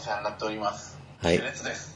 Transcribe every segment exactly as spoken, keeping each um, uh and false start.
世話になっております。 はい。 テレツです。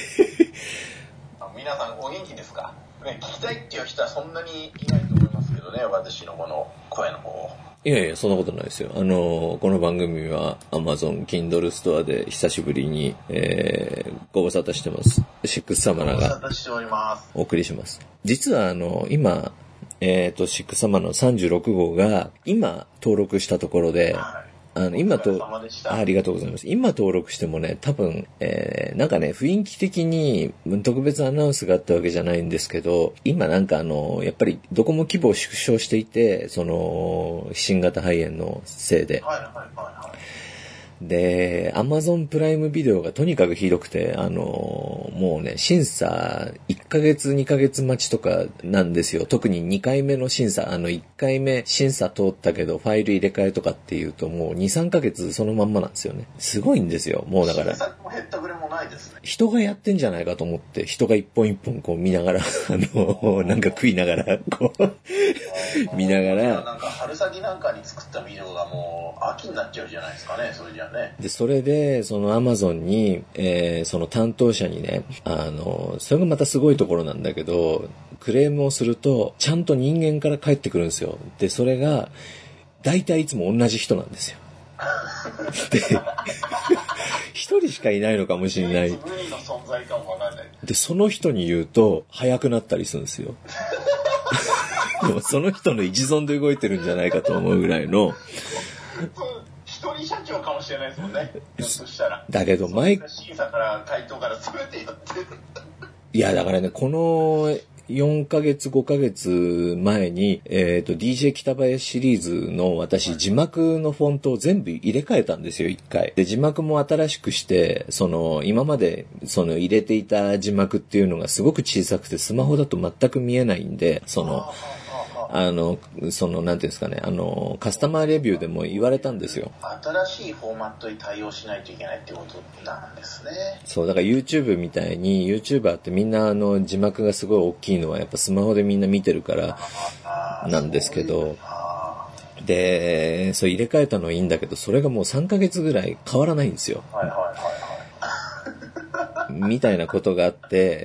皆さんお元気ですか？ね、聞きたいっていう人はそんなにいないと思いますけどね、私のこの声の方を。 いやいや、そんなことないですよ。あの、この番組は Amazon Kindle ストアで久しぶりに、えー、ご無沙汰してます。シックスサマナがお送りします。実はあの、今、えっと、シックスサマナのさんじゅうろくごうが今登録したところで、はいあの、今と、あ、ありがとうございます。今登録してもね、多分、えー、なんかね、雰囲気的に特別アナウンスがあったわけじゃないんですけど、今なんかあの、やっぱりどこも規模を縮小していて、その、新型肺炎のせいで。はいはいはいはい。で、Amazon プライムビデオがとにかくひどくて、あの、もうね、審査いっかげつ、にかげつ待ちとかなんですよ。特ににかいめの審査、あのいっかいめ審査通ったけど、ファイル入れ替えとかっていうともうに、さんかげつそのまんまなんですよね。すごいんですよ。もうだから。 審査も減ったくれもないですね。 人がやってんじゃないかと思って、人が一本一本こう見ながら、あの、なんか食いながら、こう、見ながら。 なんか春先なんかに作ったビデオがもう秋になっちゃうじゃないですかね、それじゃね。 で、それで、その Amazon に、えー、その担当者にね、あの、それがまたすごいところなんだけど、クレームをすると、ちゃんと人間から返ってくるんですよ。で、それが、大体いつも同じ人なんですよ。で、一人しかいないのかもしれない。で、その人に言うと、早くなったりするんですよ。でもその人の一存で動いてるんじゃないかと思うぐらいの、 一人社長かもしれないですもんね。ひょっとしたら。 だけど、毎回審査から回答から全てやってる。 いや、だからね、このよんかげつ、ごかげつまえに、えっと、ディージェー 北林シリーズの私、字幕のフォントを全部入れ替えたんですよ、一回。で、字幕も新しくして、その、今まで、その、入れていた字幕っていうのがすごく小さくて、スマホだと全く見えないんで、その、あの、その、なんていうんですかね、あの、カスタマーレビューでも言われたんですよ。 新しいフォーマットに対応しないといけないってことなんですね。 そう、だから YouTube みたいに、YouTuber ってみんなあの、字幕がすごい大きいのはやっぱスマホでみんな見てるから、なんですけど、で、そう入れ替えたのはいいんだけど、それがもうさんかげつぐらい変わらないんですよ。はいはいはいはい。みたいなことがあって、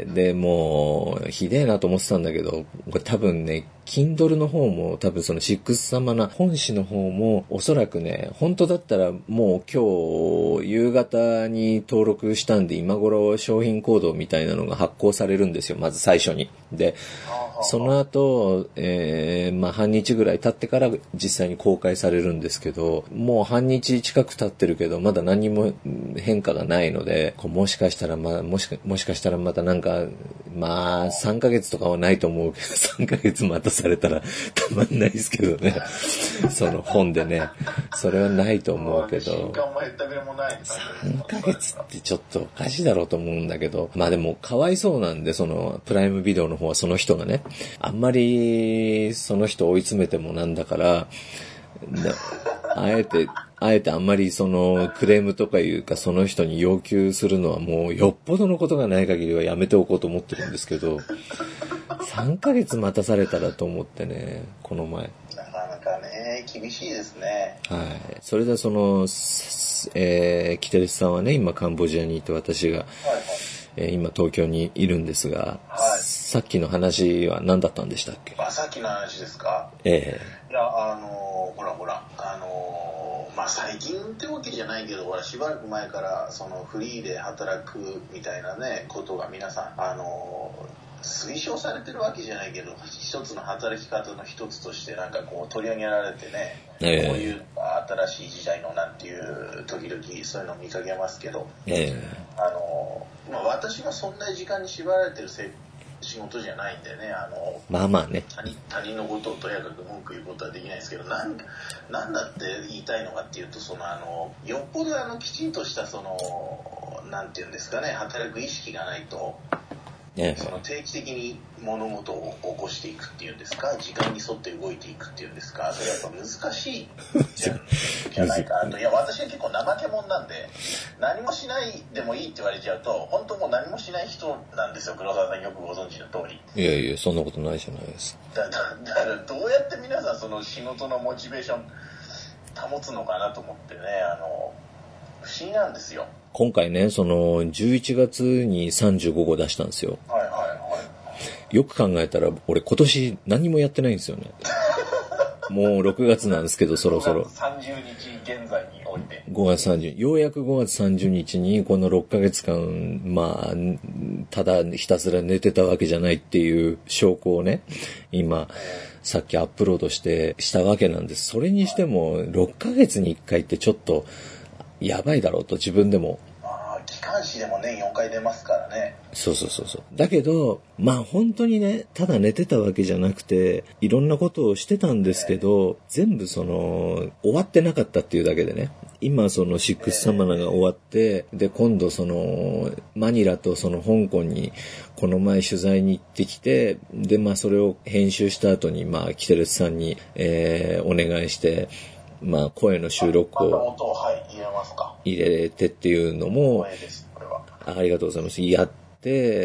で、もう、ひでえなと思ってたんだけど、これ多分ね、Kindle の方も、多分そのシックスサマナ本誌の方も、おそらくね、本当だったらもう今日、夕方に登録したんで、今頃商品コードみたいなのが発行されるんですよ、まず最初に。で、その後、えー、まあ半日ぐらい経ってから実際に公開されるんですけど、もう半日近く経ってるけど、まだ何も変化がないので、もしかしたらまあ、もしか、もしかしたらまたなんか、まあ、さんかげつとかはないと思うけど、さんかげつ待たされたらたまんないですけどね。その本でね。それはないと思うけど。さんかげつってちょっとおかしいだろうと思うんだけど。まあでも、かわいそうなんで、その、プライムビデオの方はその人がね、あんまり、その人追い詰めてもなんだから、あえて、あえてあんまりそのクレームとかいうかその人に要求するのはもうよっぽどのことがない限りはやめておこうと思ってるんですけど、さんかげつ待たされたらと思ってね、この前。 なかなかね、厳しいですね。 はい。それでその、えー、キテレスさんはね、今カンボジアにいて私が、はいはいえー、今東京にいるんですが、はい、さっきの話は何だったんでしたっけ？ あ、さっきの話ですか？ ええー、いや、あのー、ほらほら、あのー、まあ、最近ってわけじゃないけど、ほら、しばらく前から、そのフリーで働くみたいなね、ことが皆さん、あのー、推奨されてるわけじゃないけど、一つの働き方の一つとしてなんかこう取り上げられてね、えー、こういう新しい時代のなんていう時々そういうのを見かけますけど、えー、あの、まあ、私がそんな時間に縛られてるせ仕事じゃないんでね、あの、 まあまあね。 他人、他人のことをとやかく文句言うことはできないですけど、なん、なんだって言いたいのかっていうと、そのあの、よっぽどあのきちんとしたその、なんていうんですかね、働く意識がないと、その定期的に物事を起こしていくっていうんですか、時間に沿って動いていくっていうんですか、それやっぱ難しいじゃじゃないかなと。いや、私は結構怠け者なんで、何もしないでもいいって言われちゃうと、本当もう何もしない人なんですよ、黒沢さんよくご存知の通り。 いやいや、そんなことないじゃないですか。 だ、だ、だからどうやって皆さんその仕事のモチベーション保つのかなと思ってね、あの、不思議なんですよ。 今回ね、その、じゅういちがつにさんじゅうごこ出したんですよ。 はいはいはい。 よく考えたら、俺今年何もやってないんですよね。もうろくがつなんですけど、そろそろ。 ごがつさんじゅうにち現在において。 ごがつさんじゅう、ようやくごがつさんじゅうにちにこのろっかげつかん、まあ、ただひたすら寝てたわけじゃないっていう証拠をね、今、さっきアップロードしてしたわけなんです。それにしても、ろっかげつにいっかいってちょっと、やばいだろうと自分でも。 機関誌でも年よんかい出ますからね。 そうそうそうそう。だけど、まあ本当にね、ただ寝てたわけじゃなくて、いろんなことをしてたんですけど、全部その、終わってなかったっていうだけでね。今そのシックスサマナが終わって、で今度その、マニラとその香港にこの前取材に行ってきて、でまあそれを編集した後にまあキテレツさんに、えー、お願いして、まあ声の収録を入れてっていうのも、ありがとうございます。やって、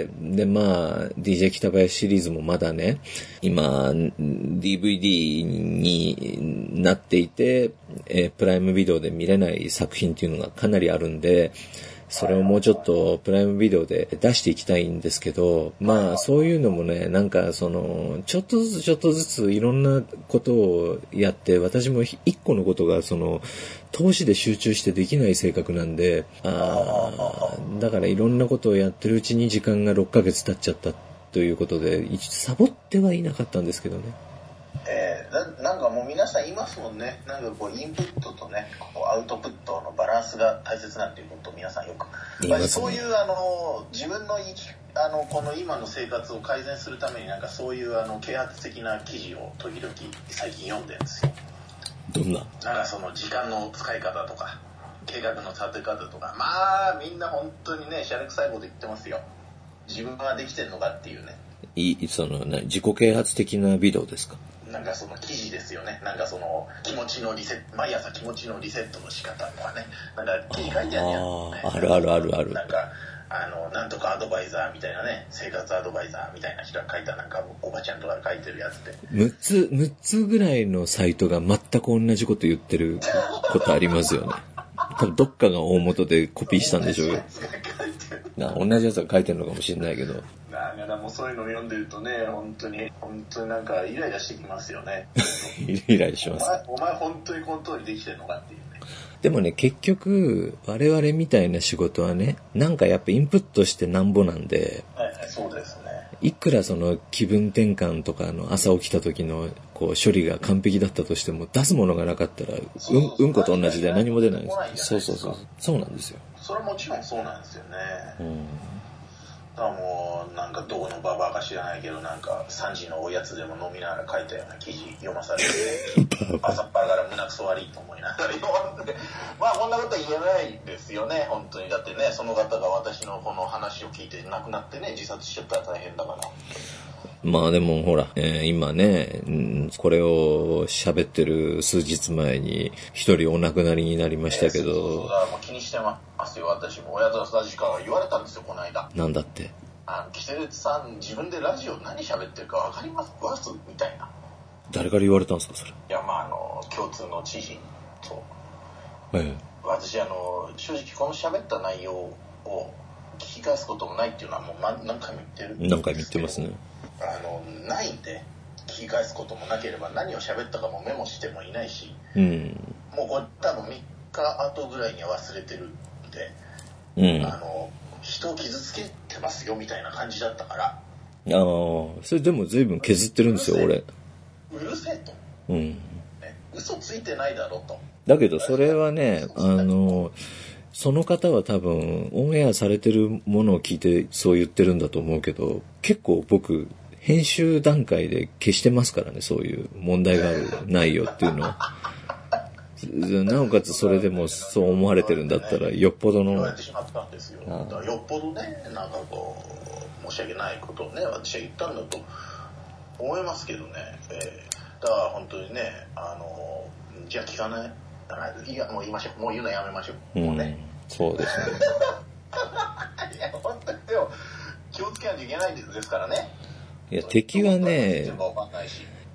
でまあ ディージェー 北林シリーズもまだね、今 ディーブイディー になっていて、えー、プライムビデオで見れない作品っていうのがかなりあるんで、それをもうちょっとプライムビデオで出していきたいんですけど、まあそういうのもね、なんかその、ちょっとずつちょっとずついろんなことをやって、私も一個のことがその、投資で集中してできない性格なんで、あだからいろんなことをやってるうちに時間がろっかげつ経っちゃったということで、サボってはいなかったんですけどね。 えー、な, なんかもう皆さん言いますもんね。なんかこうインプットとね、こうアウトプットのバランスが大切なんていうことを皆さんよく言いますね。そういうあの自分の生きあのこの今の生活を改善するためになんかそういうあの啓発的な記事を時々最近読んでるんですよ。 どんな？ なんかその時間の使い方とか計画の立て方とか、まあみんな本当にねシャレ臭いこと言ってますよ。自分はできてんのかっていうね。 いいその自己啓発的なビデオですか？ なんかその記事ですよね。なんかその気持ちのリセット、毎朝気持ちのリセットの仕方とかね。なんか記事書いてあるやん、ね。 あるあるあるある。 なんかあのなんとかアドバイザーみたいなね、生活アドバイザーみたいな人が書いたなんかおばちゃんとか書いてるやつで。 むっつむっつぐらいのサイトが全く同じこと言ってることありますよね。多分どっかが大元でコピーしたんでしょうよ。な同じやつが書いてるのかもしれないけど。 だからもうそういうのを読んでるとね、本当に本当になんかイライラしてきますよね。 イライラします。 お前、お前本当にこの通りできてるのかっていうね。 でもね、結局我々みたいな仕事はね、なんかやっぱインプットしてなんぼなんで、 はい、そうですね。 いくらその気分転換とかの朝起きた時のこう処理が完璧だったとしても、出すものがなかったら、うん、うんこと同じで何も出ないんです。そうそうそう。そうなんですよ。 それはもちろんそうなんですよね。 うん。 だからもうなんかどこのババアか知らないけど、なんかさんじのおやつでも飲みながら書いたような記事読まされて、ね、朝っぱらから胸くそ悪いと思いながら読んで、まあこんなことは言えないですよね、本当に。だってね、その方が私のこの話を聞いて亡くなってね、自殺しちゃったら大変だから。 まあでもほら、えー、今ね、うん、これを喋ってる数日前に一人お亡くなりになりましたけど、えー、そうそうそう、だからもう気にしてますよ。私も親とスタジから言われたんですよ、この間。 なんだって。 あのキテレツさん自分でラジオ何喋ってるか分かりますみたいな。 誰から言われたんですかそれ？いやまああの共通の知人と、 ええ、 私あの正直この喋った内容を聞き返すこともないっていうのはもう何回も言ってる。 何回も言ってますね。 あのないんで聞き返すこともなければ何を喋ったかもメモしてもいないし、 うん、 もうこれ多分みっかあとぐらいには忘れてるんで、うん、 あの人を傷つけてますよみたいな感じだったから。ああ、それでも随分削ってるんですよ俺。 うるせえと。 うん。 ね、嘘ついてないだろと。 だけどそれはね、あのその方は多分オンエアされてるものを聞いてそう言ってるんだと思うけど、結構僕編集段階で消してますからね、そういう問題がある内容っていうのは。なおかつそれでもそう思われてるんだったらよっぽどの言われてしまったんですよ。だからよっぽどね、なんかこう申し訳ないことをね私は言ったんだと思いますけどね、えー、だから本当にね、あのじゃあ聞かない、いやもう言いましょう、もう言うのやめましょう、もうね、 うん、そうですね。 いや本当にでも気をつけないといけないですからね。 いや敵はね、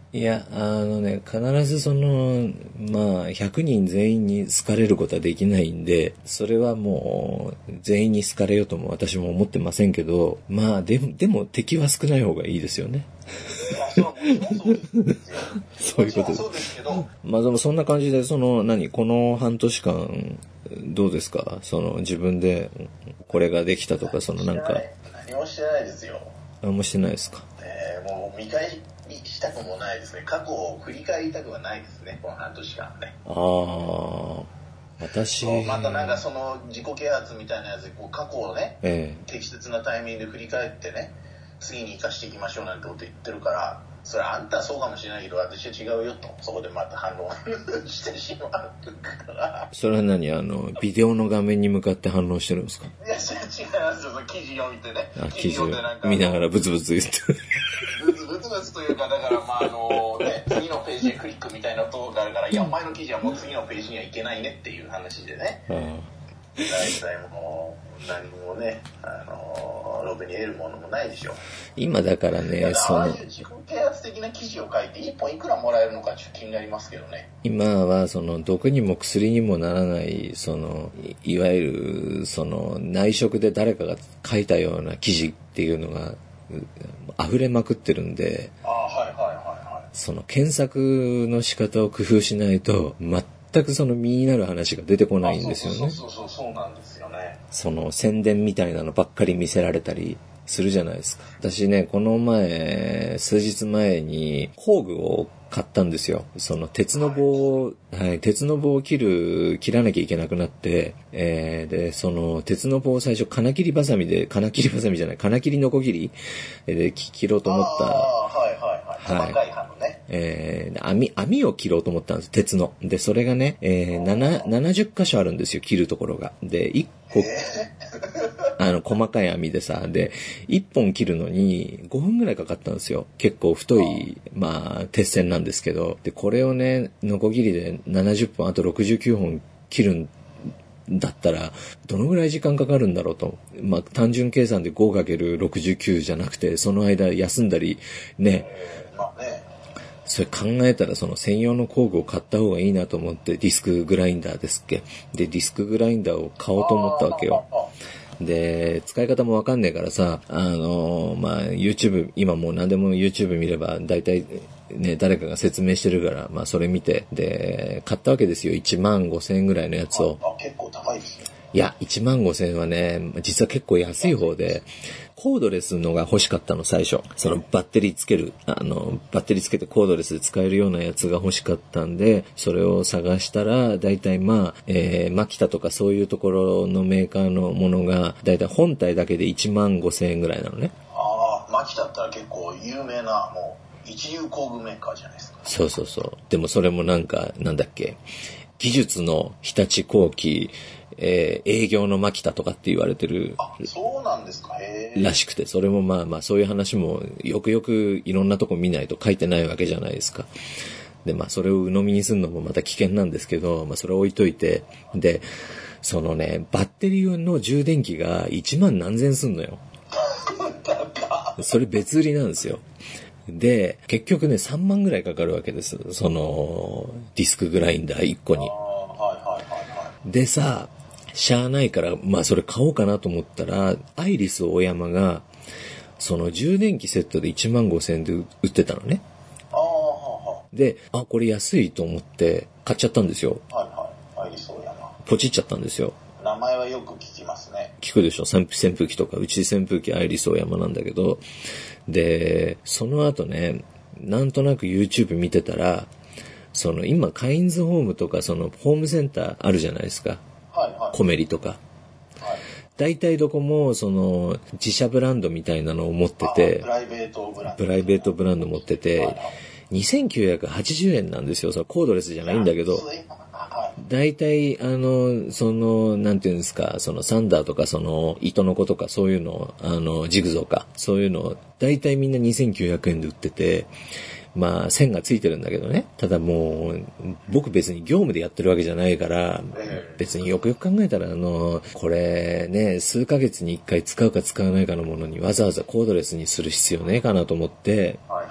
いや、あのね、必ずその、まあ、ひゃくにん全員に好かれることはできないんで、それはもう、全員に好かれようとも私も思ってませんけど、まあ、でも、でも敵は少ない方がいいですよね。 いや、それはもちろんそうですよ。 そういうことです。 そうですけど。 まあでもそんな感じで、その、何、この半年間、どうですか？その、自分で、これができたとか、そのなんか。 何もしてないですよ。 何もしてないですか？ えー、もう見返したくもないですね。過去を振り返りたくはないですね、この半年間ね。 ああ、私。 またなんかその自己啓発みたいなやつで、こう過去をね、 ええ、 適切なタイミングで振り返ってね、次に生かしていきましょうなんてこと言ってるから、それあんたはそうかもしれないけど、私は違うよと、そこでまた反応してしまうから。 それは何？あの、ビデオの画面に向かって反応してるんですか？ いや、それ違いますよ。その記事読みてね。 あ、記事を見ながらブツブツ言ってる。 ブツブツブツというか、だからまああのね、次のページへクリックみたいなとこがあるから、いや、お前の記事はもう次のページには行けないねっていう話でね。 ああ、 大体もう、何もね、あの、ロベに得るものもないでしょう。 今だからね、その、 ああいう自己啓発的な記事を書いて一本いくらもらえるのかちょっと気になりますけどね。 今はその毒にも薬にもならないその い, いわゆるその内職で誰かが書いたような記事っていうのが溢れまくってるんで、 ああ、はいはいはいはい。 その検索の仕方を工夫しないと全くその身になる話が出てこないんですよね。 そうそうそうそうなんですよね。 その宣伝みたいなのばっかり見せられたりするじゃないですか。私ね、この前、数日前に工具を買ったんですよ。その鉄の棒を、はい、鉄の棒を切る、切らなきゃいけなくなって、えー、で、その鉄の棒を最初金切りバサミで、金切りバサミじゃない、金切りノコギリで切ろうと思った。 ああ、はいはいはい。細かい刃のね。 えー、網、網を切ろうと思ったんです、鉄の。で、それがね、えー、なな、ななじゅっ箇所あるんですよ、切るところが。で、いっこ、あの、細かい網でさ、で、いっぽん切るのにごふんぐらいかかったんですよ。結構太い、まあ、鉄線なんですけど。で、これをね、ノコギリでななじゅっぽん、あとろくじゅうきゅうほん切るんだったら、どのぐらい時間かかるんだろうと。まあ、単純計算で ごかけるろくじゅうきゅう じゃなくて、その間休んだり、ね。 まあね。 それ考えたらその専用の工具を買った方がいいなと思って、ディスクグラインダーですっけ。で、ディスクグラインダーを買おうと思ったわけよ。で、使い方もわかんねえからさ、あのー、まあ、YouTube、今もう何でも YouTube 見れば、大体ね、誰かが説明してるから、まあ、それ見て、で、買ったわけですよ。いちまんごせんえんぐらいのやつを。 あ、結構高いですね。 いや、いちまんごせんえんはね、実は結構安い方で、コードレスのが欲しかったの、最初。そのバッテリーつける、あの、バッテリーつけてコードレスで使えるようなやつが欲しかったんで、それを探したら、だいたいまあ、えー、マキタとかそういうところのメーカーのものが、だいたい本体だけでいちまんごせんえんぐらいなのね。 ああ、マキタったら結構有名な、もう、一流工具メーカーじゃないですか。 そうそうそう。でもそれもなんか、なんだっけ、技術の日立工機、えー、営業のマキタとかって言われてる。 あ、そうなんですか。へらしくて、それもまあまあそういう話もよくよくいろんなとこ見ないと書いてないわけじゃないですか。で、まあそれを鵜呑みにするのもまた危険なんですけど、まあそれを置いといて、で、そのね、バッテリーの充電器がいちまん何千すんのよ。それ別売りなんですよ。で、結局ね、さんまんぐらいかかるわけです。その、ディスクグラインダーいっこに。 はいはいはいはい。 でさ、しゃあないから、まあそれ買おうかなと思ったら、アイリスオーヤマが、その充電器セットでいちまんごせんえんで売ってたのね。 ああ、はで、あ、これ安いと思って買っちゃったんですよ。 はいはい。アイリスオーヤマ。 ポチっちゃったんですよ。 名前はよく聞きますね。 聞くでしょ？扇風機とか、うち扇風機アイリスオーヤマなんだけど、で、その後ね、なんとなく YouTube 見てたら、その今カインズホームとかそのホームセンターあるじゃないですか。はいはい。コメリとか。はい。大体どこもその自社ブランドみたいなのを持ってて、 プライベートブランド。 プライベートブランド持ってて、はいはい、にせんきゅうひゃくはちじゅうえんなんですよ。そのコードレスじゃないんだけど。大体、あの、その、なんていうんですか、そのサンダーとか、その、糸の子とか、そういうの、あの、ジグゾーか、そういうの、大体みんなにせんきゅうひゃくえんで売ってて、まあ、線がついてるんだけどね。ただもう、僕別に業務でやってるわけじゃないから、別によくよく考えたら、あの、これね、数ヶ月に一回使うか使わないかのものにわざわざコードレスにする必要ねえかなと思って、はいはいはい、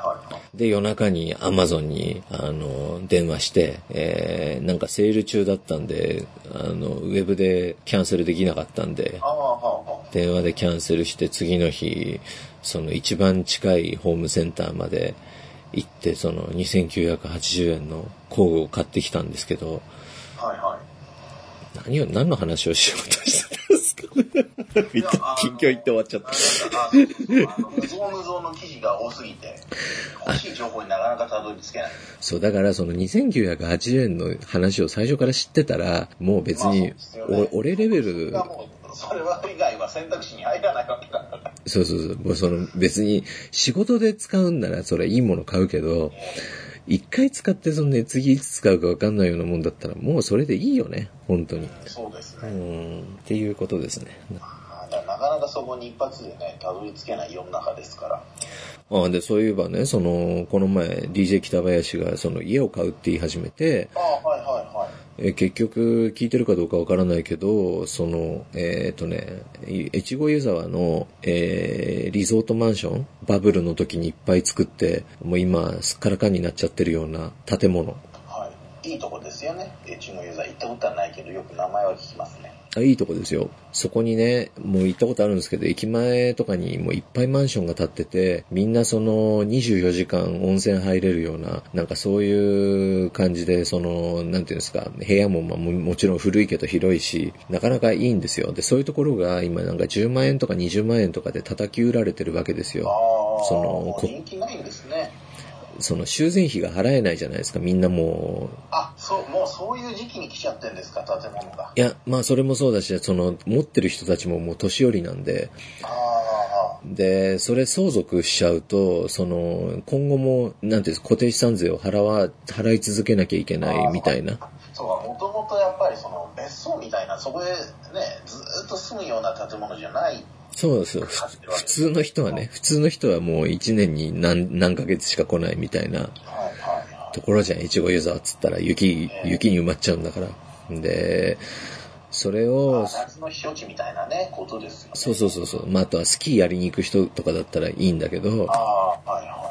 で、夜中にアマゾンに、あの、電話して、えー、なんかセール中だったんで、あの、ウェブでキャンセルできなかったんで、電話でキャンセルして次の日、その一番近いホームセンターまで行って、そのにせんきゅうひゃくはちじゅうえんの工具を買ってきたんですけど、 はいはい。 何を、何の話をしようとしてたんですかね。みんな近況言って終わっちゃった。 あの、無造無造の記事が多すぎて、欲しい情報になかなかたどり着けない。 そう、だからそのにせんきゅうひゃくはちじゅうえんの話を最初から知ってたら、もう別に、まあね、俺レベル、 それは以外は選択肢に入らないわけだから。 そうそうそう。もうその別に仕事で使うんならそれいいもの買うけど、一回使ってそのね、次いつ使うか分かんないようなもんだったらもうそれでいいよね、本当に。 そうですね。 うん、っていうことですね。 なかなかそこに一発でね、たどり着けない世の中ですから。 ああ、で、そういえばね、その、この前 ディージェー 北林がその家を買うって言い始めて、 ああ、はいはいはい。 え結局聞いてるかどうかわからないけど、その、えっ、ー、とね、越後湯沢の、えー、リゾートマンション、バブルの時にいっぱい作って、もう今すっからかんになっちゃってるような建物。 はい。いいとこですよね。越後湯沢行ったことはないけど、よく名前は聞きますね。 あ、いいとこですよ。そこにね、もう行ったことあるんですけど、駅前とかにもういっぱいマンションが建ってて、みんなそのにじゅうよじかん温泉入れるような、なんかそういう感じで、その、なんていうんですか、部屋もまあ も, もちろん古いけど広いし、なかなかいいんですよ。で、そういうところが今なんかじゅうまんえんとかにじゅうまんえんとかで叩き売られてるわけですよ。 ああ、 その人気ないんですね。 その修繕費が払えないじゃないですか、みんなもう。 あ、そう、もうそういう時期に来ちゃってんですか、建物が。 いや、まあそれもそうだし、その持ってる人たちももう年寄りなんで。 あで、それ相続しちゃうと、その、今後も、なんていうんですか、固定資産税を払わ、払い続けなきゃいけないみたいな。 そう、もともとやっぱりその別荘みたいな、そこでね、ずーっと住むような建物じゃない。 そうですよ。普通の人はね、普通の人はもう一年に何、何ヶ月しか来ないみたいなところじゃん。越後湯沢っつったら雪、雪に埋まっちゃうんだから。で、それを、 夏の避暑地みたいなね、ことですよね。 そうそうそうそう。まあ、あとはスキーやりに行く人とかだったらいいんだけど、 ああ、はいはい。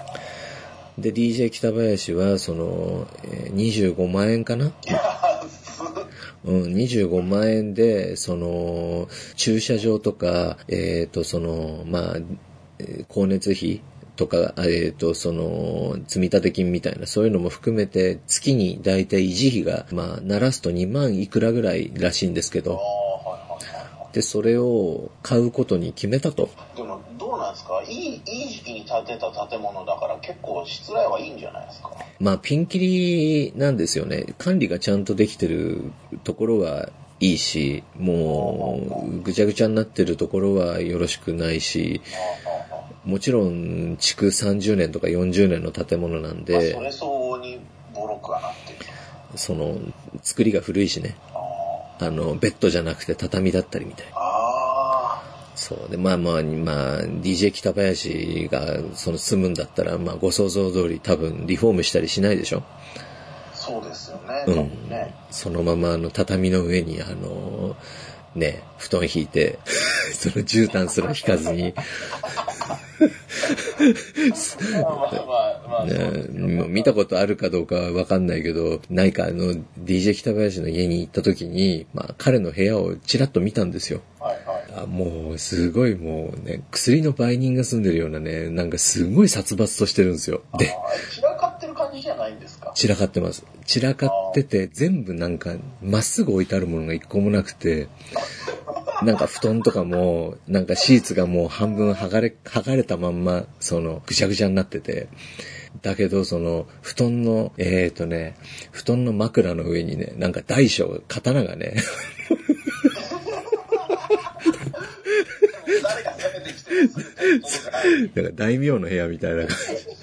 で、ディージェー 北林は、その、えー、にじゅうごまんえんかな？うん、にじゅうごまんえんで、その、駐車場とか、えっと、その、まあ、光熱費とか、えっと、その、積立金みたいな、そういうのも含めて、月にだいたい維持費が、まあ、ならすとにまんいくらぐらいらしいんですけど、で、それを買うことに決めたと。 でも、どうなんですか？いい、いい時期に建てた建物だから結構しつらいはいいんじゃないですか？ まあ、ピンキリなんですよね。管理がちゃんとできてるところはいいし、もう、ぐちゃぐちゃになってるところはよろしくないし、もちろん、築さんじゅうねんとかよんじゅうねんの建物なんで、まあ、 それ相応にボロくはなってる。 その、作りが古いしね。あの、ベッドじゃなくて畳だったりみたいな。 ああ。 そうで、まあまあ、まあ、ディージェー 北林がその住むんだったら、まあご想像通り多分リフォームしたりしないでしょ？ そうですよね。 うん。 ね、 そのままあの畳の上にあの、ね、布団引いて、その絨毯すら引かずに、ね、見たことあるかどうかはわかんないけど、ないかあの ディージェー 北林の家に行った時に、まあ彼の部屋をちらっと見たんですよ。 はいはい、 あ、もうすごいもうね、薬の売人が住んでるようなね、なんかすごい殺伐としてるんですよ。で、 散らかってる感じじゃないんですか？ 散らかってます。散らかってて、全部なんかまっすぐ置いてあるものが一個もなくて、なんか布団とかも、なんかシーツがもう半分剥がれ、剥がれたまんま、その、ぐちゃぐちゃになってて、だけど、その、布団の、えーとね、布団の枕の上にね、なんか大小、刀がね、 誰が攻めてきてるんですか？ なんか大名の部屋みたいな感じ。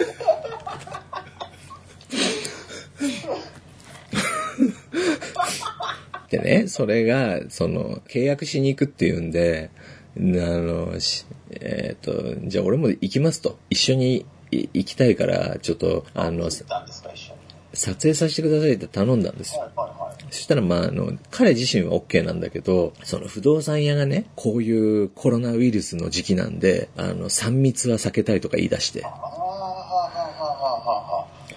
でね、それが、その、契約しに行くっていうんで、あの、えっと、じゃあ俺も行きますと。一緒に行きたいから、ちょっと、あの、撮影させてくださいって頼んだんですよ。はいはいはい、そしたら、まあ、あの、彼自身は OK なんだけど、その不動産屋がね、こういうコロナウイルスの時期なんで、あの、さん密は避けたいとか言い出して。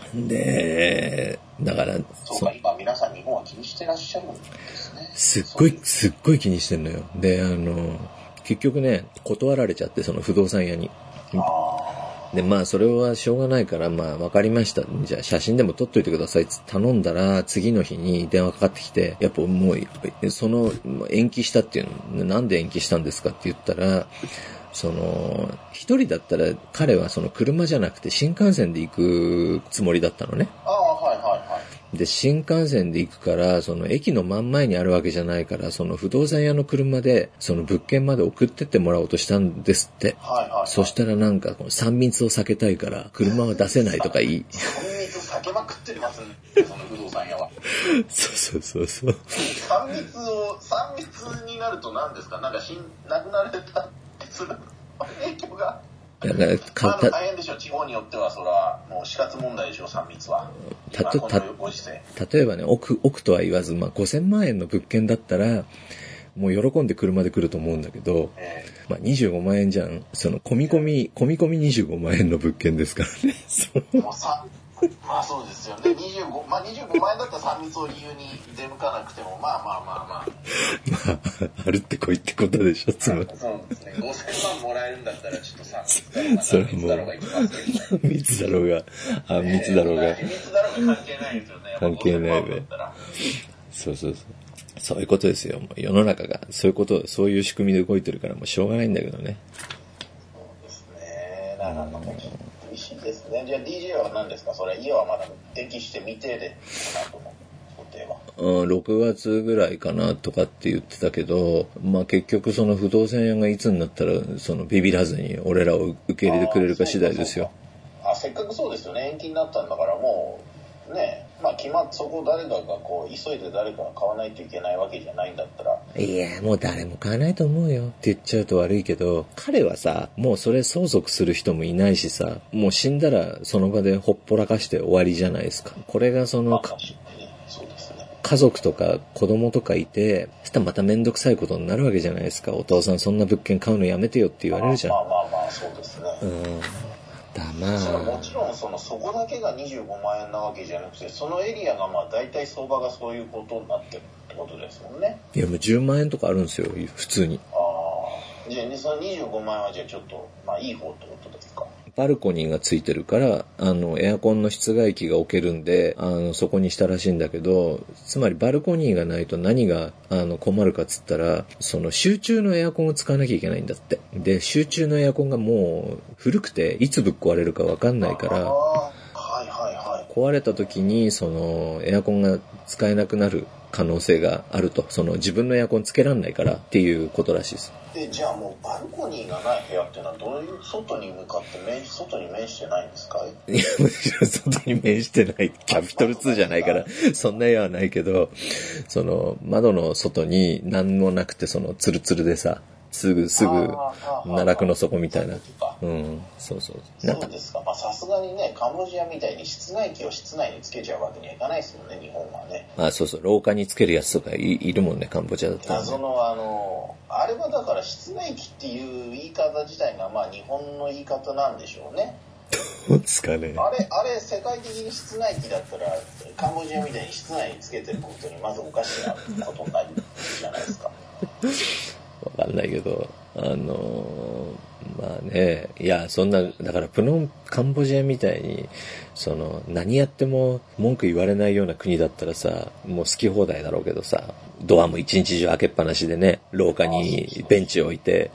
で、だから、 そうか、今皆さん日本は気にしてらっしゃるんですね。 すっごい、すっごい気にしてんのよ。で、あの、結局ね、断られちゃって、その不動産屋に。で、まあ、それはしょうがないから、まあ、わかりました。じゃあ、写真でも撮っといてくださいって頼んだら、次の日に電話かかってきて、やっぱもう、その、延期したっていうの、なんで延期したんですかって言ったら、その、一人だったら、彼はその車じゃなくて新幹線で行くつもりだったのね。 ああ、はいはいはい。 で、新幹線で行くから、その駅の真ん前にあるわけじゃないから、その不動産屋の車で、その物件まで送ってってもらおうとしたんですって。 はいはいはい。 そしたらなんか、さん密を避けたいから、車は出せないとか言い。 さん密避けまくってますね、その不動産屋は。 そうそうそうそう。 さん密を、さん密になると何ですか？なんか死ん、亡くなられたりする影響が。 だからかまあ、大変でしょう。地方によってはそらもう死活問題でしょう。さん密は。 たとこのご時世。 例えばね、億億とは言わず、まあ、ごせんまん円の物件だったらもう喜んで車で来ると思うんだけど、えー、まあ、にじゅうごまん円じゃん。その込み込み込み込みにじゅうごまん円の物件ですからね。 もうさまあそうですよね。にじゅうご、まあにじゅうごまん円だったらさん密を理由に出向かなくても、まあまあまあまあ。 まあ、あるってこいってことでしょ、つまり。 そうですね。ごせんまんもらえるんだったらちょっとさん密だろうがいきますけど。 密だろうが、あ、密だろうが。 密だろうが関係ないですよね。 関係ないね。そうそうそう。そういうことですよ。もう世の中が、そういうこと、そういう仕組みで動いてるからもうしょうがないんだけどね。 そうですね。なかなか厳しいですね。じゃあ ディージェー は何ですか？それ家はまだ電気して未定で、この後の想定は。 うん、ろくがつぐらいかなとかって言ってたけど、まあ結局その不動産屋がいつになったらそのビビらずに俺らを受け入れてくれるか次第ですよ。 あ、せっかくそうですよね。延期になったんだからもうね、まあ決まっそこ誰かがこう急いで誰かが買わないといけないわけじゃないんだったら。 いやもう誰も買わないと思うよって言っちゃうと悪いけど、彼はさもうそれ相続する人もいないしさ、もう死んだらその場でほっぽらかして終わりじゃないですか。これがその、まあ家族とか子供とかいて、そしたらまためんどくさいことになるわけじゃないですか。お父さんそんな物件買うのやめてよって言われるじゃん。 まあまあまあそうですね。 うん。だまあ。 それはもちろんそのそこだけがにじゅうごまん円なわけじゃなくて、そのエリアがまあ大体相場がそういうことになってるってことですもんね。 いやもうじゅうまん円とかあるんですよ普通に。 ああ。じゃあそのにじゅうごまん円はじゃあちょっとまあいい方ってことですか。 バルコニーがついてるから、あの、エアコンの室外機が置けるんで、あの、そこにしたらしいんだけど、つまりバルコニーがないと何が、あの、困るかっつったら、その集中のエアコンを使わなきゃいけないんだって。で、集中のエアコンがもう古くて、いつぶっ壊れるかわかんないから、 はいはいはい。 壊れた時に、その、エアコンが使えなくなる可能性があると。その、自分のエアコンつけらんないからっていうことらしいです。 で、じゃあもうバルコニーがない部屋っていうのはどういう外に向かって面外に面してないんですか？ いや、むしろ外に面してない。キャピトルツーじゃないから、そんな絵はないけど、その、窓の外に何もなくて、その、ツルツルでさ、すぐ、すぐ、奈落の底みたいな。うん、そうそう。 そうですか。まあさすがにね、カンボジアみたいに室外機を室内につけちゃうわけにはいかないですよね、日本はね。 あ、そうそう、廊下につけるやつとか い, いるもんね、カンボジアだったら、ね。 謎のあの、あれはだから室外機っていう言い方自体がまあ日本の言い方なんでしょうね。 どうですかね。 あれ、あれ、世界的に室内機だったら、カンボジアみたいに室内につけてることにまずおかしなことになるじゃないですか。 わかんないけど、あのー、まあね、いや、そんな、だからプノン、カンボジアみたいに、その、何やっても文句言われないような国だったらさ、もう好き放題だろうけどさ、ドアも一日中開けっぱなしでね、廊下にベンチ置いて、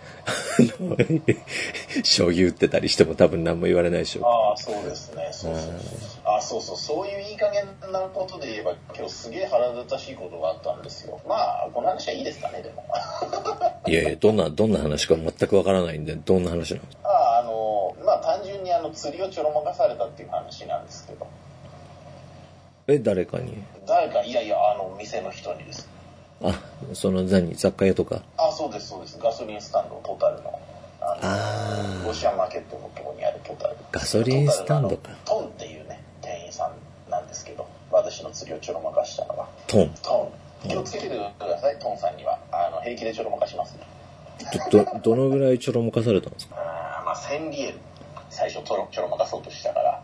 将棋打ってたりしても多分何も言われないでしょ。 ああ、そうですね。そうそうそう。ああ、そうそう。そういういい加減なことで言えば、今日すげえ腹立たしいことがあったんですよ。まあ、この話はいいですかね、でも。 いやいや、どんな、どんな話か全くわからないんで、どんな話なの？ ああ、あの、まあ単純にあの、釣りをちょろまかされたっていう話なんですけど。 え、誰かに？ 誰か、いやいや、あの、店の人にです。 あ、その何、雑貨屋とか？ あ、そうです、そうです。ガソリンスタンド、トタルの。ああロシアマーケットのところにあるトタル。 ガソリンスタンドか。 トンっていうね、店員さんなんですけど、私の釣りをちょろまかしたのが。 トン。 トン。気をつけてください、トンさんには。あの、平気でちょろまかします、ね。 ど、どのぐらいちょろまかされたんですか？ あまあ、せんリエル。最初ちょろ、ちょろまかそうとしたから。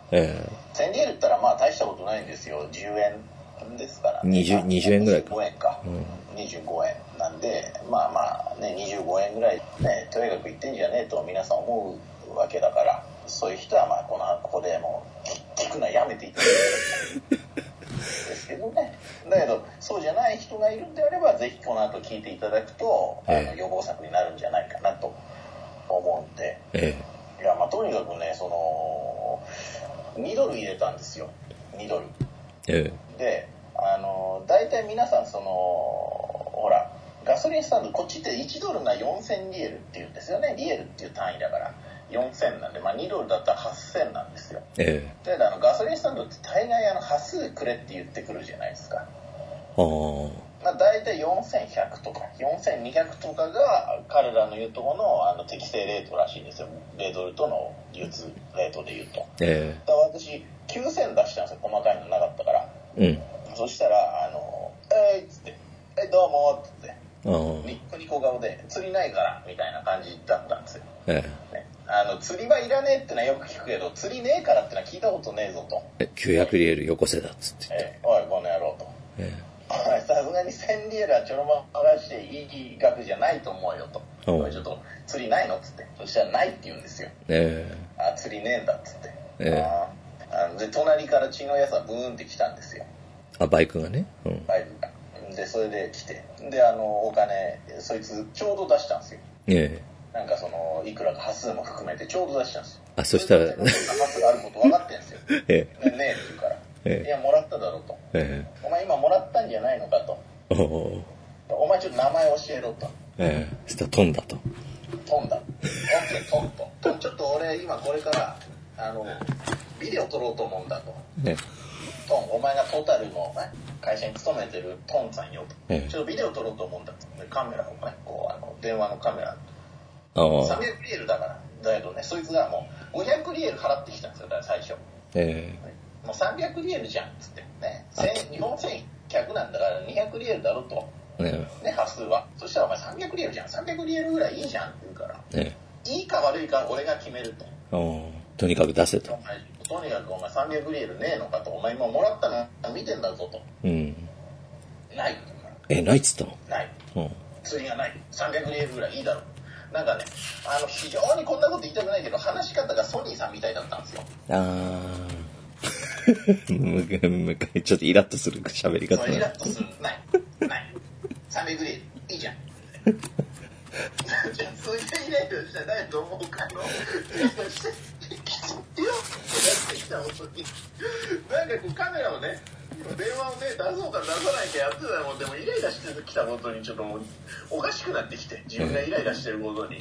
ええ。 せんリエールって言ったらまあ大したことないんですよ。じゅうえんですから、ね。 にじゅう、にじゅうえんぐらいか。 にじゅうごえんか。うん、にじゅうごえんなんで、まあまあね、にじゅうごえんぐらいね、とにかく言ってんじゃねえと皆さん思うわけだから、そういう人はまあこの、ここでもう聞くのはやめていただきたいですけどね。だけど、そうじゃない人がいるんであれば、ぜひこの後聞いていただくと、あの予防策になるんじゃないかなと思うんで。 ええ。いや、まあとにかくね、その、にドル入れたんですよ。にドル。 ええ。で、あの、大体皆さん、その、ほら、ガソリンスタンド、こっちっていちドルがよんせんリエルっていうんですよね。リエルっていう単位だから。よんせんなんで、まあにドルだったらはっせんなんですよ。 ええ。 だけどあのガソリンスタンドって大概あの端数くれって言ってくるじゃないですか。 ああ。 まあ大体よんせんひゃくとかよんせんにひゃくとかが彼らの言うところのあの適正レートらしいんですよ。米ドルとの流通レートで言うと。 ええ。 だから私きゅうせん出したんですよ。細かいのなかったから。 うん。 そしたら、あの、えーっつって、えーどうもっつって、 ああ。 ニッコニコ顔で釣りないからみたいな感じだったんですよ。 ええ。 ね、あの釣りはいらねえってのはよく聞くけど、釣りねえからってのは聞いたことねえぞと。 え、きゅうひゃくリエルよこせだっつって言って。 えー、おいこの野郎と。 えさすがにせんリエルはちょろまかしていい額じゃないと思うよと。 おうおいちょっと釣りないのっつって。そしたらないって言うんですよ。 え。えあ、釣りねえんだっつって。 ええああので隣から血のやつがブーンって来たんですよ。 あ、バイクがね。うん。 バイクが。でそれで来て、であのお金そいつちょうど出したんですよ。 ええ。 なんかそのいくらか端数も含めてちょうど出したんですよ。 あ、そしたら、 それで端数があること分かってんですよ。 ええ。 ねねえって言うから、 ええ、 いやもらっただろうと、 ええ、 お前今もらったんじゃないのかと、 おお、 お前ちょっと名前教えろと、 ええ、そしたら飛んだと。 飛んだ、オッケー飛んと、とちょっと俺今これからあのビデオ撮ろうと思うんだと、 ええ、 トンお前がトータルの、ね、会社に勤めてるトンさんよと、 ええ、 ちょっとビデオ撮ろうと思うんだと、カメラをねこうあの電話のカメラあさんびゃくリエルだからだけどね、そいつがもうごひゃくリエル払ってきたんですよ。だから最初、 ええもうさんびゃくリエルじゃんっつってね、日本せんひゃくなんだからにひゃくリエルだろと、 え、ねね、端数は。そしたらお前さんびゃくリエルじゃん、さんびゃくリエルぐらいいいじゃんって言うから、 え、 いいか悪いか俺が決めると。 おとにかく出せと。 お前とにかくお前さんびゃくリエルねえのかと、お前今もらったの見てんだぞと。 うん。 ないって言うから。 え、ないっつったの？ ない。 うん。 釣りがない。さんびゃくリエルぐらいいいだろう。なんかね、あの非常にこんなこと言いたくないけど、話し方がソニーさんみたいだったんですよ。 あー。むかちょっとイラッとする喋り方。 イラッとする。ない。ない。さんびゃくリエル。いいじゃん。じゃあ、それでイライラしてないと思うかの。イライラして、きつってよってなってきた、本当に。なんかこうカメラをね、電話をね、出そうか出さないかやってたもんでもイライラしてきたことにちょっともうおかしくなってきて、自分がイライラしてることに。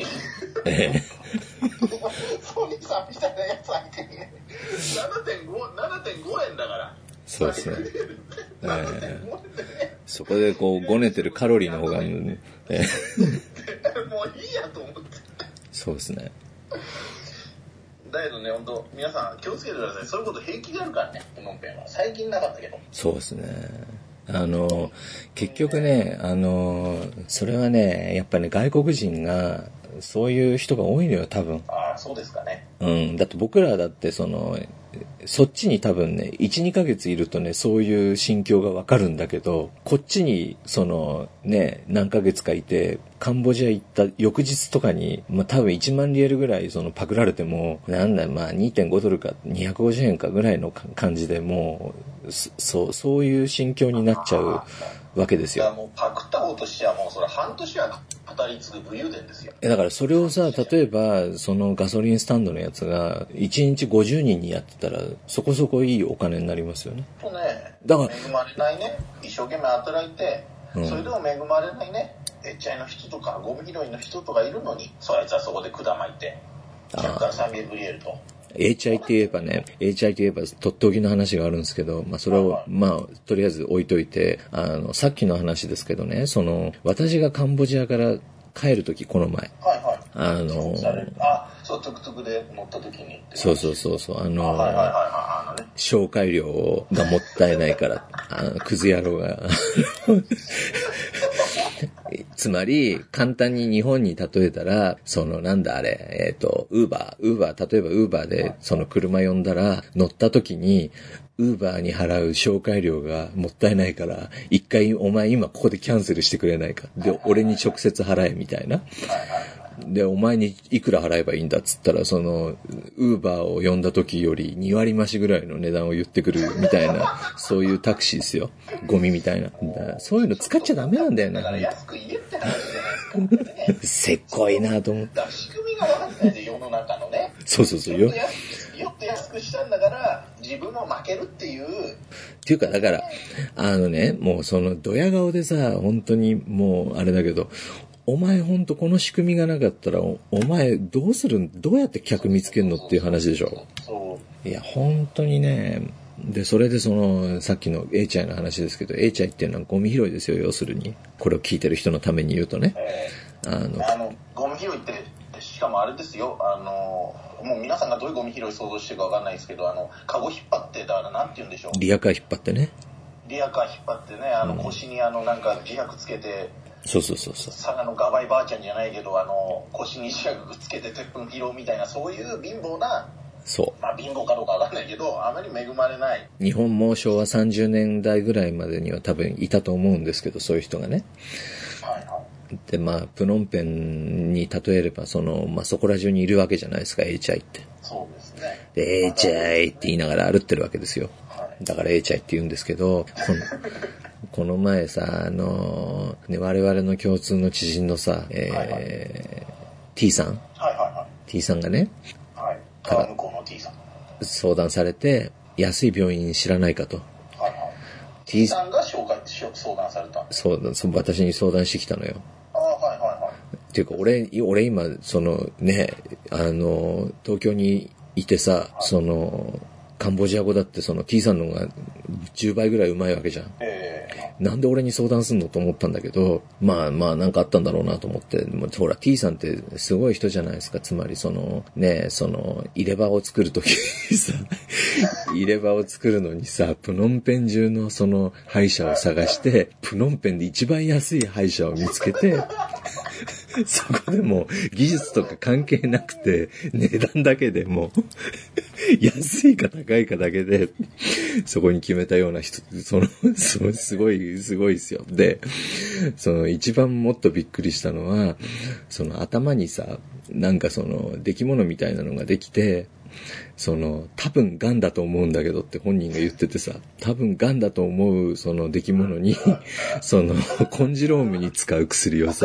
ソニーさんみたいなやつ相手にね、ななてんご ななてんごえんだから。 そうですね。 ななてんごえんでね。 そこでこうごねてるカロリーの方が、ね、 もういいやと思って。 そうですね。 だけどね、本当皆さん気をつけてください。そういうこと平気があるからね、ノンペンは。最近なかったけど。 そうですね。あの、結局ね、あの、それはね、やっぱり、ね、外国人が、そういう人が多いのよ、多分。 ああ、そうですかね。 うん。だって僕らだってその、そっちに多分ね、いち、にかげついるとね、そういう心境がわかるんだけど、こっちに、その、ね、何ヶ月かいて、カンボジア行った翌日とかに、まあ、多分いちまんリエルぐらいそのパクられても、なんだ、まあ にてんごドルかにひゃくごじゅうえんかぐらいの感じでもう、そう、そういう心境になっちゃうわけですよ。 いやもうパクった方としてはもうそれ半年は語り継ぐ武勇伝ですよ。 だからそれをさ、例えば、そのガソリンスタンドのやつが、いちにちごじゅうにんにやってたら、そこそこいいお金になりますよね。 とね、 だから恵まれないね、一生懸命働いて、 うん、 それでも恵まれないね、エッチャイの人とかゴミ拾いの人とかいるのに、そいつはそこで管巻いて、ひゃくからさんびゃくリエルと。 エイチアイ って言えばね、エイチアイ って言えばとっておきの話があるんですけど、まあそれを、まあとりあえず置いといて、あの、さっきの話ですけどね、その、私がカンボジアから帰るとき、この前。 はいはい。 あの、 あ、そう、トゥクトゥクで乗ったときに。 そうそうそうそう、あの、 はいはいはいはい、あのね。 紹介料がもったいないから、あの、クズ野郎が。 つまり、簡単に日本に例えたら、そのなんだあれ、えっと、ウーバー、ウーバー、例えばウーバーでその車呼んだら、乗った時に、ウーバーに払う紹介料がもったいないから、一回お前今ここでキャンセルしてくれないか。で、俺に直接払えみたいな。で、お前にいくら払えばいいんだっつったら、その、ウーバーを呼んだ時よりに割増しぐらいの値段を言ってくるみたいな、そういうタクシーですよ。ゴミみたいな。だそういうの使っちゃダメなんだよな。 だから安く言えって話じゃないですか。ね、 せっこいなと思って。 仕組みが分かってないで、世の中のね。 そうそうそうよ。 よって安くしたんだから、自分も負けるっていう。 っていうか、だから、あのね、もうそのドヤ顔でさ、本当にもうあれだけど、お前ほんとこの仕組みがなかったら お, お前どうするんどうやって客見つけるのっていう話でしょ。そういや本当にね。でそれでそのさっきの A チャイの話ですけど A チャイっていうのはゴミ拾いですよ。要するにこれを聞いてる人のために言うとね、えー、あのあのゴミ拾いってしかもあれですよ。あのもう皆さんがどういうゴミ拾い想像してるかわかんないですけど、あのカゴ引っ張ってだからなんて言うんでしょう。 リアカー引っ張ってね。 リアカー引っ張ってね、あの腰にあのなんか磁石つけて。 そうそうそうそう。 佐賀のガバイばあちゃんじゃないけど、あの腰に磁石つけて鉄粉拾うみたいな、そういう貧乏な、 そうまあ貧乏かどうかわかんないけど、あまり恵まれない。 日本も昭和さんじゅうねんだいぐらいまでには多分いたと思うんですけど、そういう人がね。はいはい。でまあプノンペンに例えればそのまあそこら中にいるわけじゃないですか A チャイって。 そうですね。 で A チャイって言いながら歩ってるわけですよ。はい、だから A チャイって言うんですけど。このこの前さ、あのーね、我々の共通の知人のさ、えーはいはい、T さん、はいはいはい、T さんがね、 はい、川向こうの T さん相談されて安い病院知らないかと。はいはい、 T さんが紹介相談された。 そうだ、そう私に相談してきたのよ。 あはいはいはい。 っていうか俺俺今そのねあの東京にいてさ、はい、そのカンボジア語だってその T さんのがじゅうばいぐらいうまいわけじゃん。えー、なんで俺に相談すんのと思ったんだけど、まあまあなんかあったんだろうなと思って、ほら T さんってすごい人じゃないですか。つまりそのね、その入れ歯を作るときにさ、入れ歯を作るのにさ、プノンペン中のその歯医者を探して、プノンペンで一番安い歯医者を見つけて、そこでも技術とか関係なくて値段だけでも安いか高いかだけでそこに決めたような人、そのすごいすごいですよ。でその一番もっとびっくりしたのはその頭にさなんかその出来物みたいなのができて、その多分癌だと思うんだけどって本人が言っててさ、多分癌だと思うその出来物にそのコンジロームに使う薬をさ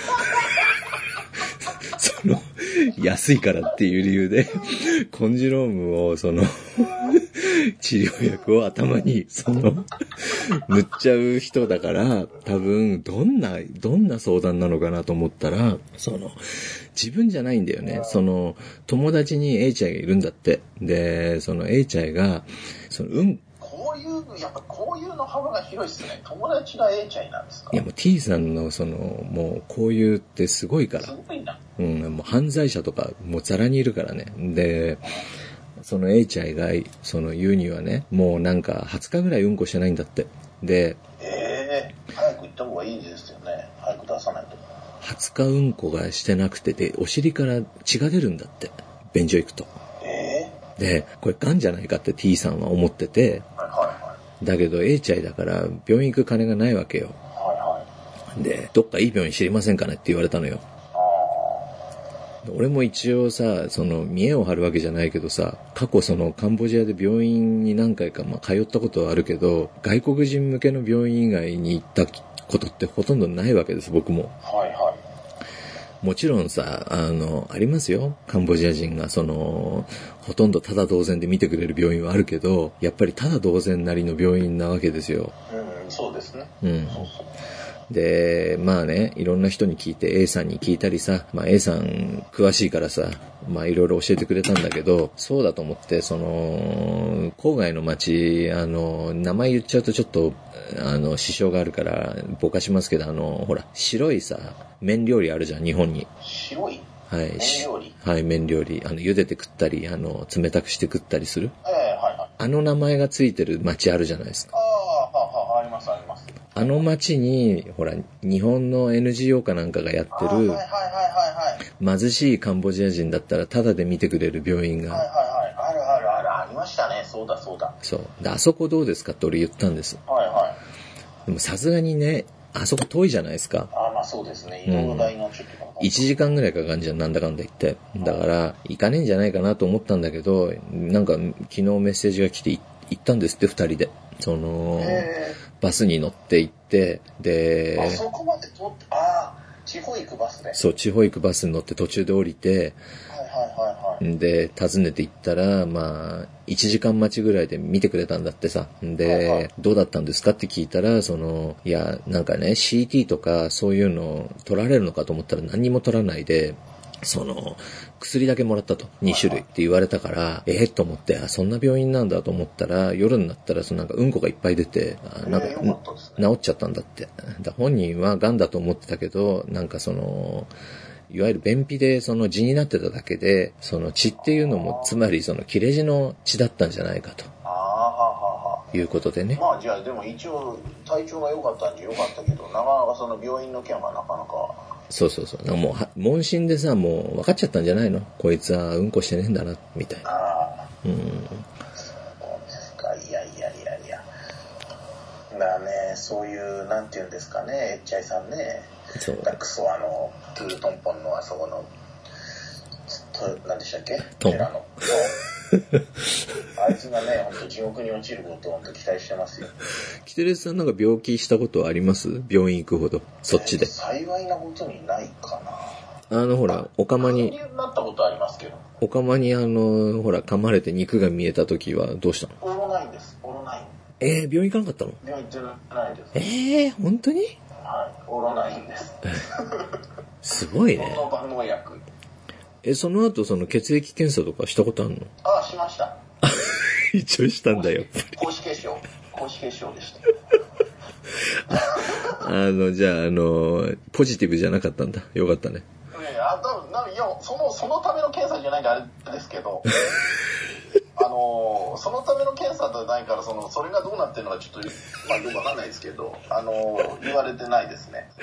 その安いからっていう理由でコンジロームをその治療薬を頭にその塗っちゃう人だから、多分どんなどんな相談なのかなと思ったら、その自分じゃないんだよね。その友達に A ちゃんがいるんだって。でその A ちゃんがそのうんこういうやっぱこういうの幅が広いですね。友達が A ちゃんなんですか。 いやもう T さんのそのもうこういうってすごいから。 すごいな。 うん、もう犯罪者とかもうザラにいるからね。でその A ちゃんがその言うにはね、もうなんかはつかぐらいうんこしてないんだって。でえー、早く行った方がいいですよね。早く出さないと。 はつかうんこがしてなくて、でお尻から血が出るんだって、便所行くと。えー、でこれ癌じゃないかって T さんは思ってて、はいはいはい、だけど A ちゃんだから病院行く金がないわけよ。はいはい、でどっかいい病院知りませんかねって言われたのよ。俺も一応さ、その見栄を張るわけじゃないけどさ、過去そのカンボジアで病院に何回かまあ通ったことはあるけど、外国人向けの病院以外に行ったことってほとんどないわけです、僕も。はいはい。もちろんさ、あのありますよ。カンボジア人がそのほとんどただ同然で見てくれる病院はあるけど、やっぱりただ同然なりの病院なわけですよ。 うん、そうですね。 うん。そうそう。でまあね、いろんな人に聞いて A さんに聞いたりさ、まあ A さん詳しいからさ、まあいろいろ教えてくれたんだけど、そうだと思ってその郊外の町、あの名前言っちゃうとちょっとあの支障があるからぼかしますけど、あのほら白いさ麺料理あるじゃん日本に。 白いはい、 麺料理。 はい、麺料理、あの茹でて食ったり、あの冷たくして食ったりする。 えー、はいはい。 あの名前がついてる町あるじゃないですか。 ああ、ははありますあります。 あの街に、ほら、日本の エヌジーオー かなんかがやってる、貧しいカンボジア人だったらタダで見てくれる病院が。 はいはいはい。あるあるある、ありましたね。そうだそうだ。 そう。で、あそこどうですかって俺言ったんです。 はいはい。 でもさすがにね、あそこ遠いじゃないですか。 ああ、まあそうですね。移動代がちょっと、 うん。いちじかんぐらいかかるんじゃん、なんだかんだ言って。だから、行かねえんじゃないかなと思ったんだけど、なんか昨日メッセージが来て行ったんですって、二人で。その、バスに乗って行って、で、 あそこまで通って、ああ、地方行くバスね。 そう、地方行くバスに乗って途中で降りて、 はいはいはいはい。 で、訪ねて行ったら、まあ、いちじかん待ちぐらいで見てくれたんだってさ。で、はいはい、どうだったんですかって聞いたら、その、いや、なんかね、シーティー とかそういうの取られるのかと思ったら何にも取らないで、その、薬だけもらったと。に種類って言われたから、えー、と思って、あ、そんな病院なんだと思ったら、夜になったら、そのなんかうんこがいっぱい出て、あなんか、えーね、治っちゃったんだって。だ本人は癌だと思ってたけど、なんかその、いわゆる便秘でその痔になってただけで、その血っていうのも、つまりその切れ痔の血だったんじゃないかと。あははいうことでね。 まあじゃあでも一応体調が良かったんで良かったけど、なかなかその病院の件はなかなか。 そうそうそう。もう、問診でさ、もう分かっちゃったんじゃないの？こいつはうんこしてねえんだな、みたいな。ああ。うん。そうですか。いやいやいやいや。だね、そういう、なんていうんですかね、エッチャイさんね。そう。だクソあの、トゥートンポンのあそこの、と、なんでしたっけ？トン。寺の。あいつがね、ほんと地獄に落ちることをほんと期待してますよ。 キテレツさんなんか病気したことはあります？病院行くほど。そっちで。 幸いなことにないかな。あのほら、お釜に。 なったことありますけど。 お釜にあの、ほら、噛まれて肉が見えた時はどうしたの？ オロナインです。オロナイン。 えー、病院行かなかったの？ 病院行ってないです。 えー、本当に？ はい、オロナインです。 すごいね。 この万能薬。 え、その後その血液検査とかしたことあるの？ ああ、しました。 一応したんだよ。 高脂血症。高脂血症でした。 あの、じゃあ、あの、ポジティブじゃなかったんだ。よかったね。 いや、多分ないや、その、そのための検査じゃないんであれですけど、あの、そのための検査じゃないから、その、それがどうなってるのかちょっと、まあ、よくわかんないですけど、あの、言われてないですね。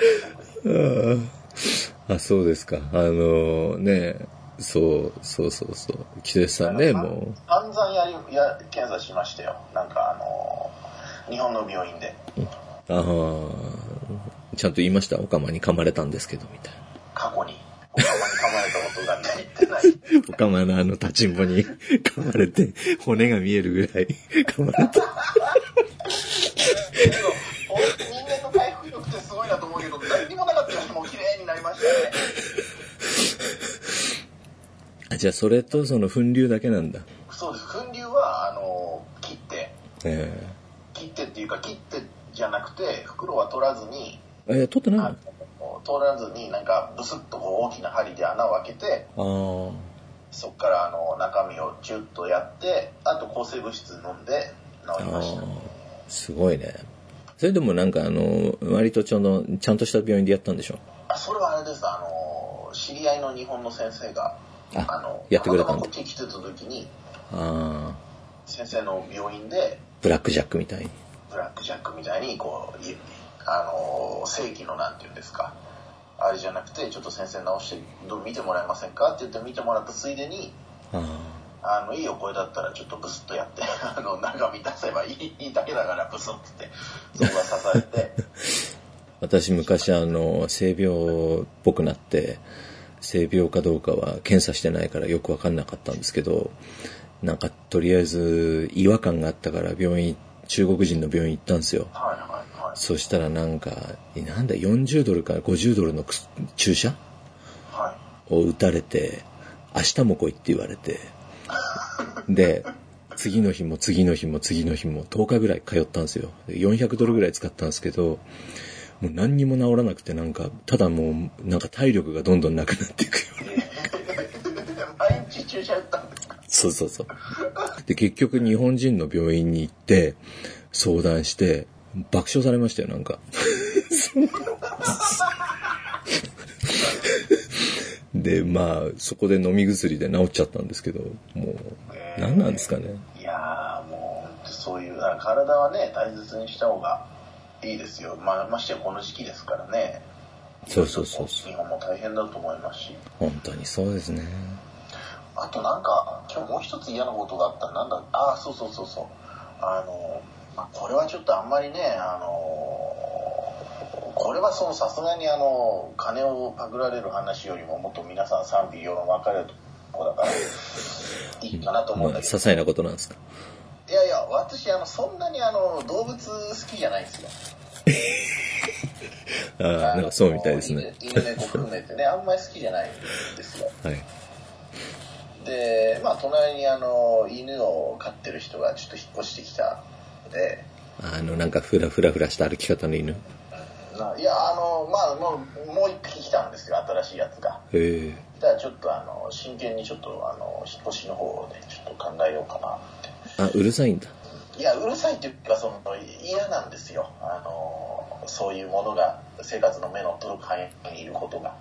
ああ、そうですか。あの、ね、そう、そうそうそう。キテさんね、もう。 散々やり、や、検査しましたよ。なんかあの、日本の病院で。 ああ、ちゃんと言いました。お釜に噛まれたんですけど、みたいな。 過去に。お釜に噛まれたことがないってない。 お釜のあの立ちんぼに噛まれて、骨が見えるぐらい噛まれた。 人間の回復力ってすごいなと思うけど、何にもなかったよりもう綺麗になりましたね。 じゃあそれとその粉瘤だけなんだ。 そうです。粉瘤はあの切って、 えー、切ってっていうか切ってじゃなくて袋は取らずに、 えー、取ってないの？ 取らずになんかブスッとこう大きな針で穴を開けて、あそっからあの中身をチュッとやって、あと抗生物質飲んで治りました。 すごいね。それでもなんかあの割とちょうどちゃんとした病院でやったんでしょ？ あ、それはあれです。あの知り合いの日本の先生が。 あ, あのやってくれたんだ。 こっち来てた時に、 あ先生の病院でブラックジャックみたいにブラックジャックみたいにこうあの正規のなんていうんですか、あれじゃなくてちょっと先生直して見てもらえませんかって言って見てもらったついでに、ああのいいよこれだったらちょっとブスッとやってあの中身出せばいい、いいだけだからブスッってそこが支えて私昔あの性病っぽくなって性病かどうかは検査してないからよく分かんなかったんですけど、なんかとりあえず違和感があったから病院、中国人の病院行ったんですよ。はいはいはい。そしたらなんか、なんだよんじゅうドルからごじゅうドルの注射、はい、を打たれて、明日も来いって言われて、で、次の日も次の日も次の日もとおかぐらい通ったんですよ。よんひゃくドルぐらい使ったんですけど、もう何にも治らなくて、なんかただもうなんか体力がどんどんなくなっていくような毎日注射打ったんですか？ そうそうそう。で結局日本人の病院に行って相談して爆笑されましたよ、なんかでまあそこで飲み薬で治っちゃったんですけど、もう何なんですかね。 いやーもうそういう体はね大切にした方がいいですよ。まあ、ましてやこの時期ですからね。 そうそうそうそう。 日本も大変だと思いますし。 本当にそうですね。 あとなんか、今日もう一つ嫌なことがあったらなんだ、ああ、そうそうそうそう。あの、まあ、これはちょっとあんまりね、あの、これはそのさすがにあの、金をパクられる話よりももっと皆さん賛否両論分かれるとこだから、いいかなと思うんだけど。 まあ、些細なことなんですか。 いやいや、私、あの、そんなにあの、動物好きじゃないんですよ。 ああ、なんかそうみたいですね。 犬猫含めてね、あんまり好きじゃないんですよ。 はい。 で、まあ、隣にあの、犬を飼ってる人がちょっと引っ越してきたので、 あの、なんかフラフラフラした歩き方の犬。 いや、あの、まあ、もう、もう一匹来たんですよ、新しいやつが。 へえ。 だからちょっとあの、真剣にちょっとあの、引っ越しの方でちょっと考えようかなって。 あ、うるさいんだ。 いや、うるさいっていうか、その、嫌なんですよ。あの、そういうものが生活の目の届く範囲にいることが。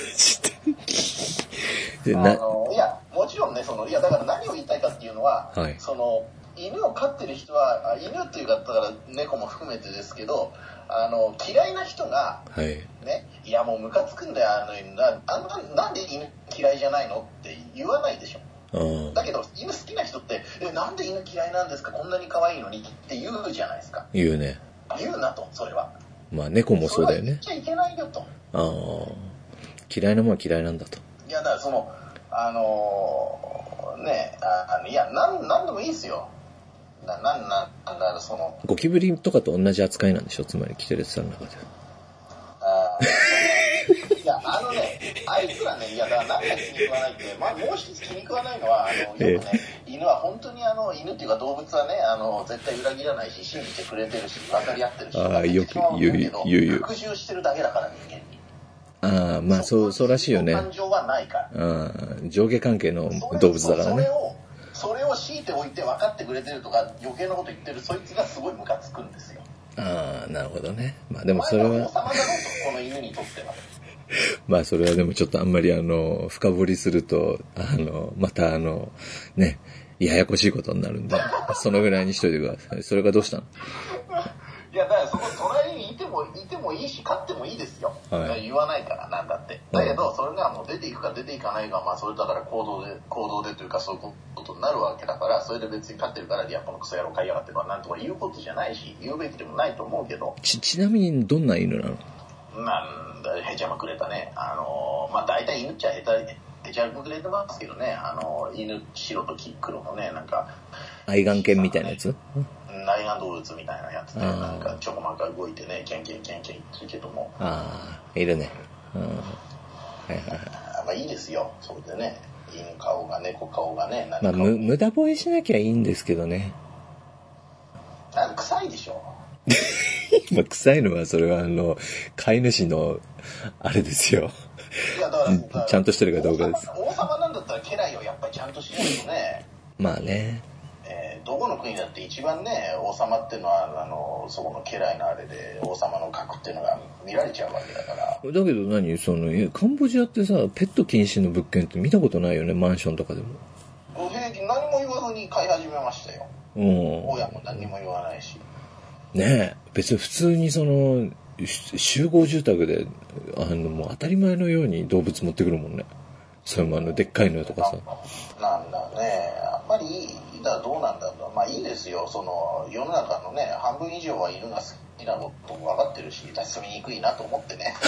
あの、いや、もちろんね、その、いや、だから何を言いたいかっていうのは、 はい、 その、犬を飼ってる人は、犬っていうか、だから猫も含めてですけど、あの、嫌いな人が、 はい、 ね、いやもうムカつくんだよ、あの犬な、あんな、なんで犬嫌いじゃないのって言わないでしょ。だけど、犬好きな人って、え、なんで犬嫌いなんですか、こんなに可愛いのにって言うじゃないですか。 言うね。 言うなと、それは。 まあ、猫もそうだよね。 それは言っちゃいけないよと。 ああ、嫌いなもんは嫌いなんだと。 いや、だからその、あのー、ね、あのいや、なん、なんでもいいですよ。な、なん、なん、なんだろ、その。 ゴキブリとかと同じ扱いなんでしょ、つまりキテレツさんの中では。 あいや、あのね、あいつらね、いや、だから何が気に食わないって、まあ、もう一つ気に食わないのは、あの、よくね、えー、犬は本当にあの、犬っていうか動物はね、あの、絶対裏切らないし、信じてくれてるし、分かり合ってるし、 ああ、よく言う、言う、言う。 服従してるだけだから、人間に。 ああ、まあ、そう、そうらしいよね。 感情はないから。 ああ、上下関係の動物だからね。 それを、それを強いておいて分かってくれてるとか、余計なこと言ってる、そいつがすごいムカつくんですよ。 ああ、なるほどね。まあでもそれは。 王様だろうと、この犬にとっては。 まあそれはでもちょっとあんまりあの、深掘りすると、あの、またあの、ね、ややこしいことになるんで、そのぐらいにしといてください。それがどうしたの？ いや、だからそこ隣にいても、いてもいいし、飼ってもいいですよ。はい、言わないから、なんだって。だけど、それがもう出ていくか出ていかないか、まあそれだから行動で、行動でというかそういうことになるわけだから、それで別に飼ってるから、いや、このクソ野郎飼いやがってとかなんとか言うことじゃないし、言うべきでもないと思うけど。 ち、ちなみにどんな犬なの？ なんだ、へちゃまくれたね。あの、まあ大体犬っちゃへた、へちゃまくれてますけどね、あの、犬、白と黒のね、なんか。 愛玩犬みたいなやつ？ 内眼動物みたいなやつで、なんかちょこまか動いてね、キャンキャンキャンキャン言ってるけども。 ああ、いるね。うん。はいはいはい。 まあいいですよ、それでね。犬顔が猫顔がね、 まあむ、無駄吠えしなきゃいいんですけどね。 なんか臭いでしょ。 まあ臭いのは、それはあの、飼い主の、あれですよ。 いや、だから、 ちゃんとしてるかどうかです。 王様なんだったら家来をやっぱりちゃんとしないとね。 まあね。 えー、どこの国だって一番ね、王様っていうのは、あの、そこの家来のあれで、王様の格っていうのが見られちゃうわけだから。 だけど何その、カンボジアってさ、ペット禁止の物件って見たことないよね、マンションとかでも。 平気、何も言わずに買い始めましたよ。うん。親も何も言わないし。 ねえ、別に普通にその、集合住宅で、あの、もう当たり前のように動物持ってくるもんね。それもあの、でっかいのとかさ。 なんだね、あんまりいい。だどうなんだろう。まあいいですよ。その世の中のね半分以上は犬が好きなことも分かってるし、住みにくいなと思ってね。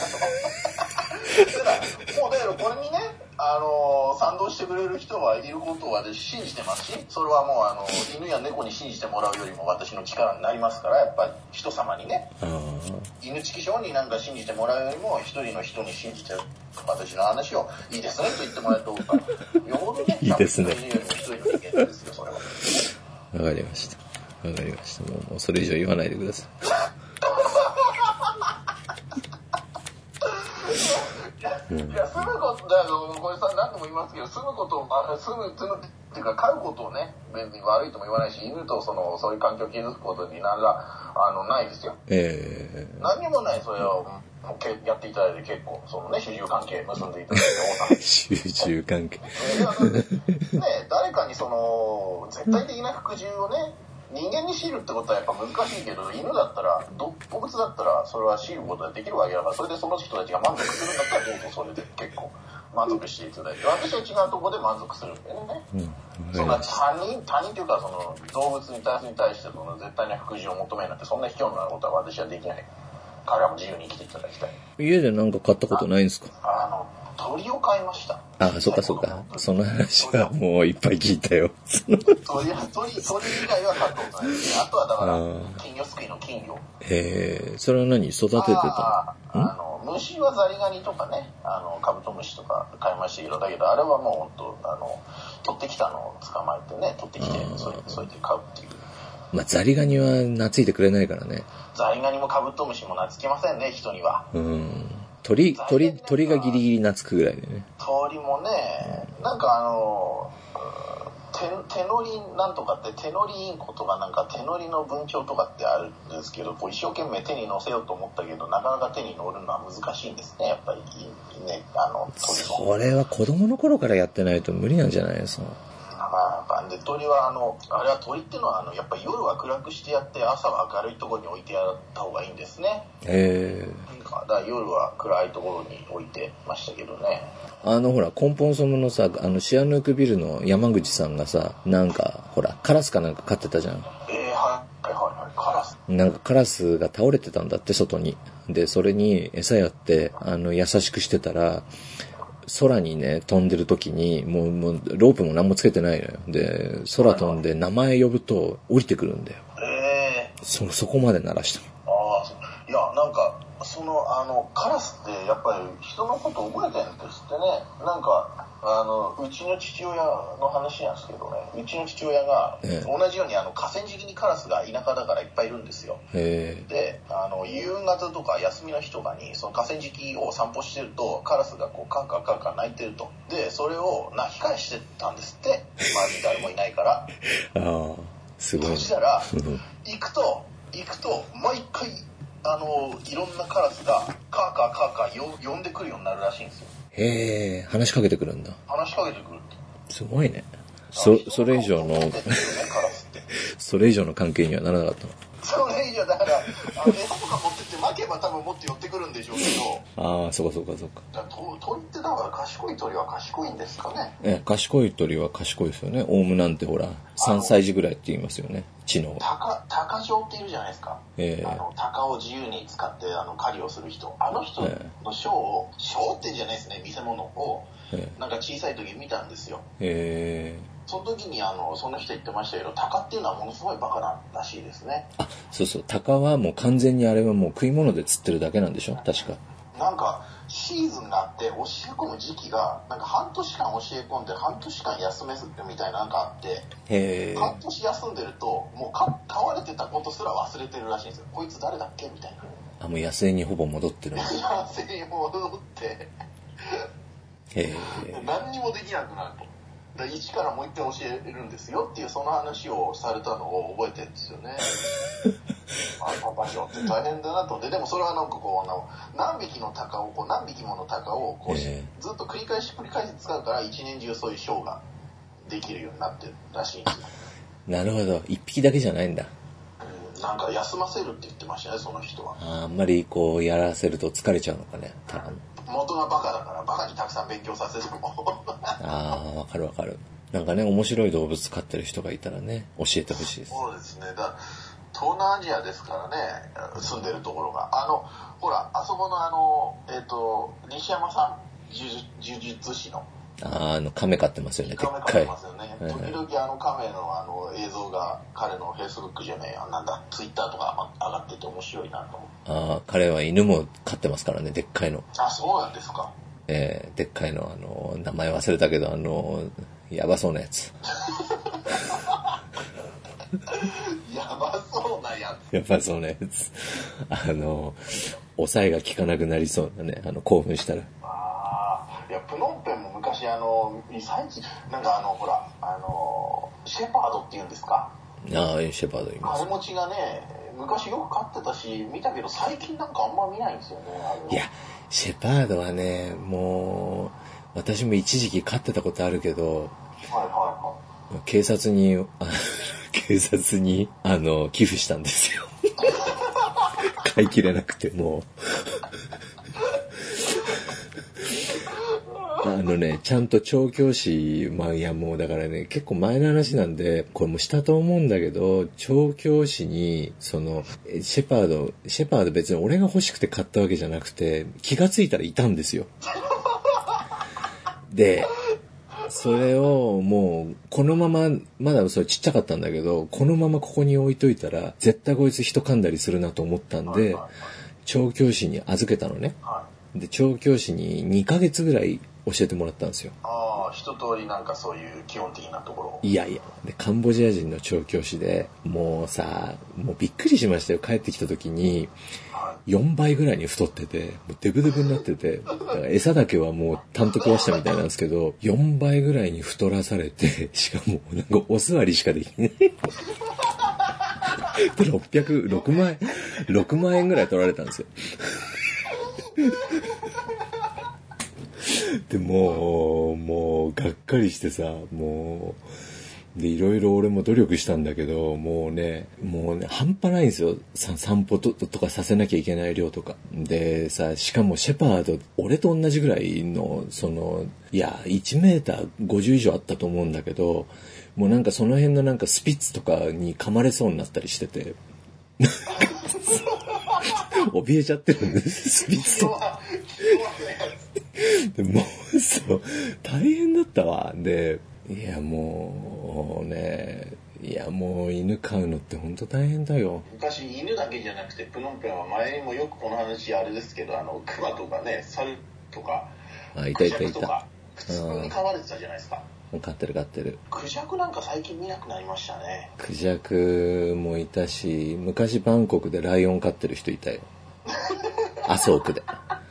ただもうだけどこれにね、あの賛同してくれる人はいることは私信じてますし、それはもうあの犬や猫に信じてもらうよりも私の力になりますから、やっぱり人様にね、犬付き性になんか信じてもらうよりも一人の人に信じて私の話をいいですねと言ってもらえるとよほどね、 いいですね。 一人の人間ですよ、それは。 わかりました。わかりました。もう、もうそれ以上言わないでください。 いや、住むことだよ、これさ、何度も言いますけど、住むことを、あ住む、住むっていうか、飼うことをね、別に悪いとも言わないし、犬とその、そういう環境を築くことに何ら、あの、ないですよ。ええー。何にもない、それを、やっていただいて結構、そのね、主従関係結んでいただいて、王さん。 主従関係。 ね、誰かにその、絶対的な服従をね、 人間に強いるってことはやっぱ難しいけど、犬だったら、動物だったらそれは強いることができるわけだから、それでその人たちが満足するんだったらどうぞそれで結構満足していただいて、私は違うところで満足するんだよね。うん、そんな他人、他人というかその動物に対に対してその絶対に服従を求めるなんてそんな卑怯なことは私はできない。彼らも自由に生きていただきたい。 家でなんか買ったことないんですか？ あの、鳥を飼いました。 ああ、そっかそっか。その話はもういっぱい聞いたよ。 鳥、鳥、鳥以外は飼ったことないですね。あとはだから、金魚すくいの金魚。 へえ、それは何育ててたの？ あの、虫はザリガニとかね、あの、カブトムシとか飼いましたけど、だけどあれはもう本当、あの、取ってきたのを捕まえてね、取ってきて、それそれで飼うっていう。 まあ、ザリガニは懐いてくれないからね。 ザリガニもカブトムシも懐きませんね、人には。 うん。鳥、鳥、鳥がギリギリ懐くぐらいでね。 鳥もね、なんかあの、手, 手乗りなんとかって手乗りインコとかなんか手乗りの文鳥とかってあるんですけど、こう一生懸命手に乗せようと思ったけどなかなか手に乗るのは難しいんですね、やっぱりね、あの鳥も。 それは子供の頃からやってないと無理なんじゃないですか。 まあ、で鳥はあのあれは鳥っていうのはあのやっぱり夜は暗くしてやって朝は明るいところに置いてやった方がいいんですね。 へえ。 だから夜は暗いところに置いてましたけどね。 あのほらコンポンソムのさ、あのシアヌークビルの山口さんがさ、なんかほらカラスかなんか飼ってたじゃん。 えー、はいはいはいカラス。 なんかカラスが倒れてたんだって外に。でそれに餌やってあの優しくしてたら。空にね、飛んでる時に、もう、もう、ロープも何もつけてないのよ。で、空飛んで名前呼ぶと降りてくるんだよ。 えー、そ、そこまで鳴らした。 ああ、そう。いや、なんか、その、あの、カラスってやっぱり人のこと覚えてるんですってね。なんか、あの、うちの父親の話なんですけどね、うちの父親が、同じようにあの河川敷にカラスが田舎だからいっぱいいるんですよ。 へで、あの、夕方とか休みの日とかに、その河川敷を散歩してると、カラスがこう、カンカンカンカン鳴いてると。で、それを鳴き返してたんですって。周りに誰もいないから。 ああ、すごい。 そしたら、行くと、行くと、毎回、あの、いろんなカラスが、カーカーカーカーよ呼んでくるようになるらしいんですよ。 へえ、話しかけてくるんだ。 話しかけてくるって。 すごいね。そ、それ以上の、それ以上の関係にはならなかったの。 それ以上だから、あの餌とか持ってって巻けば多分もっと寄ってくるんでしょうけど。 ああ、そうかそうかそうか。 だ鳥ってだから賢い鳥は賢いんですかね。 え、賢い鳥は賢いですよね。オウムなんてほら、さんさい児ぐらいって言いますよね。知能。 タカ、タカジョウっているじゃないですか。 えー、 あの、タカを自由に使ってあの狩りをする人。あの人のショーを、ショーってじゃないですね、見せ物を、えー、なんか小さい時見たんですよ。 へえー。 その時にあの、その人言ってましたけど、タカっていうのはものすごいバカなんらしいですね。 あ、そうそう。タカはもう完全にあれはもう食い物で釣ってるだけなんでしょ確か。 なんか、シーズンがあって教え込む時期がなんか半年間教え込んで半年間休めずみたいなのがあって、 へ半年休んでるともうか飼われてたことすら忘れてるらしいんですよ。こいつ誰だっけみたいな。 あ、もう野生にほぼ戻ってる。 野生に戻ってへえ。 何にもできなくなると。一からもう一回教えるんですよっていうその話をされたのを覚えてるんですよね。あ、パパショって大変だなと思って、でもそれはなんかこうあの何匹のタカをこう何匹ものタカをこう、えー、ずっと繰り返し繰り返し使うから一年中そういうショーができるようになってるらしいんですよ。 なるほど、一匹だけじゃないんだ。 うん、なんか休ませるって言ってましたね、その人は。 あ, あんまりこうやらせると疲れちゃうのかね。 元がバカだからバカにたくさん勉強させてもああ、わかるわかる。なんかね、面白い動物飼ってる人がいたらね、教えてほしいです。 そうですね。だ東南アジアですからね、住んでるところが。あの、ほら、あそこのあの、えっ、ー、と、西山さん、呪術師の。 あ, あの、亀飼ってますよね、でっかい。 亀飼ってますよね。時々あの亀のあの映像が彼のフェイスブックじゃねえや、なんだ、ツイッターとか上がってて面白いなと思う。 ああ、彼は犬も飼ってますからね、でっかいの。 あ、そうなんですか。 えー、でっかいの、あの、名前忘れたけど、あの、やばそうなやつ。 やばそうなやつ。 やばそうなやつ。あの、抑えが効かなくなりそうなね、あの、興奮したら。 ああ、いや、プノンペンも昔あの、最近、なんかあの、ほら、あの、シェパードっていうんですか。 ああ、シェパードいます。 金持ちがね、昔よく飼ってたし、見たけど最近なんかあんま見ないんですよね。 いや、シェパードはね、もう、私も一時期飼ってたことあるけど、 はいはいはい、 警察に警察に、あの、寄付したんですよ。買い切れなくてもう。あのね、ちゃんと調教師、まあいやもうだからね、結構前の話なんで、これもしたと思うんだけど、調教師に、その、シェパード、シェパード別に俺が欲しくて買ったわけじゃなくて、気がついたらいたんですよ。で、それをもう、このまま、まだそれちっちゃかったんだけど、このままここに置いといたら、絶対こいつ人噛んだりするなと思ったんで、調教師に預けたのね。で、調教師ににかげつぐらい教えてもらったんですよ。 ああ、一通りなんかそういう基本的なところ。 いやいや、で、カンボジア人の調教師で、もうさ、もうびっくりしましたよ。帰ってきた時に、よんばいぐらいに太ってて、もうデブデブになってて、だから餌だけはもう単独はしたみたいなんですけど、よんばいぐらいに太らされて、しかもなんかお座りしかできない。で、ろっぴゃく、ろくまんえん、ろくまんえんぐらい取られたんですよ。で、もう、もう、がっかりしてさ、もう、で、いろいろ俺も努力したんだけど、もうね、もうね、半端ないんですよ。さ散歩ととかさせなきゃいけない量とか。で、さ、しかもシェパード、俺と同じぐらいの、その、いや、いちメーターごじゅう以上あったと思うんだけど、もうなんかその辺のなんかスピッツとかに噛まれそうになったりしてて、怯えちゃってるんです、スピッツとか。でもうそう、大変だったわ。で、いやもうね、いやもう犬飼うのって本当大変だよ。 昔犬だけじゃなくてプノンペンは前にもよくこの話あれですけど、あのクマとかね、サルとか、 あ、いたいたいた。 普通に飼われてたじゃないですか。 飼ってる飼ってる。 クジャクなんか最近見なくなりましたね。 クジャクもいたし、昔バンコクでライオン飼ってる人いたよ。麻生区で。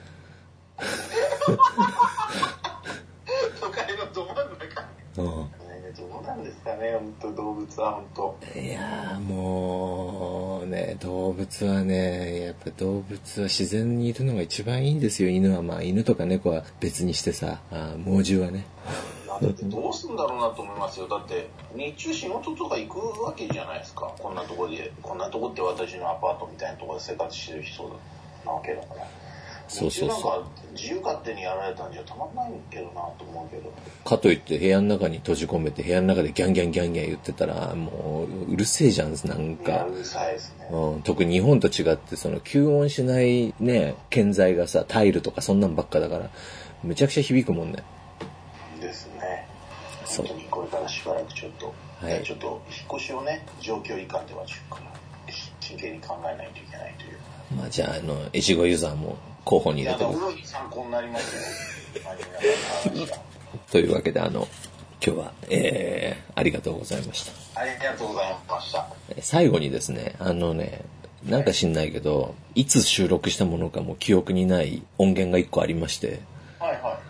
都会のど真ん中。うん。どうなんですかね、本当動物は本当。 いやーもうね、動物はね、やっぱ動物は自然にいるのが一番いいんですよ。犬はまあ犬とか猫は別にしてさ、あ猛獣はね。 だってどうすんだろうなと思いますよ。だって日中仕事とか行くわけじゃないですか。こんなとこで、こんなとこって私のアパートみたいなところで生活してる人なわけだから。 そうそうそう。 なんか自由勝手にやられたんじゃたまんないけどなと思うけど。 かといって部屋の中に閉じ込めて部屋の中でギャンギャンギャンギャン言ってたらもううるせえじゃん、なんか。 うるさいですね。 うん、特に日本と違ってその吸音しないね、建材がさ、タイルとかそんなんばっかだからめちゃくちゃ響くもんね。 ですね。 そう。 本当にこれからしばらくちょっと、 はい、 ちょっと引っ越しをね、状況以下ではちょっと真剣に考えないといけないという。 まあじゃあ、あの、越後ユーザーも候補に入れてる。 いや、大いに参考になりますよ。 というわけで、あの、今日は、えー、ありがとうございました。 ありがとうございました。 最後にですね、あのね、なんか知んないけど、いつ収録したものかも記憶にない音源が一個ありまして、 はいはい。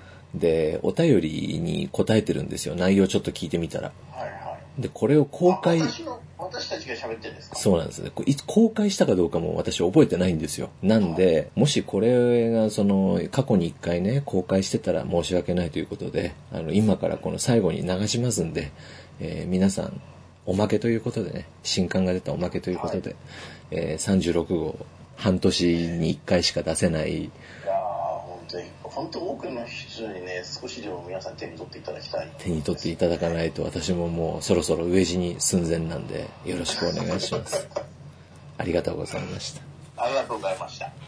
で、お便りに答えてるんですよ。内容ちょっと聞いてみたら。 はいはい。 で、これを公開。 私の、私たちが喋ってるんですか？ そうなんですね。公開したかどうかも私覚えてないんですよ。なんで、もしこれがその過去に一回ね、公開してたら申し訳ないということで、あの、今からこの最後に流しますんで、えー、皆さん、おまけということでね、新刊が出たおまけということで、はい、えー、さんじゅうろくごう、半年にいっかいしか出せない。 いやー、本当に、本当多くの人にね、少しでも皆さん手に取っていただきたい。 手に取っていただかないと、私ももうそろそろ飢え死に寸前なんで、よろしくお願いします。ありがとうございました。 ありがとうございました。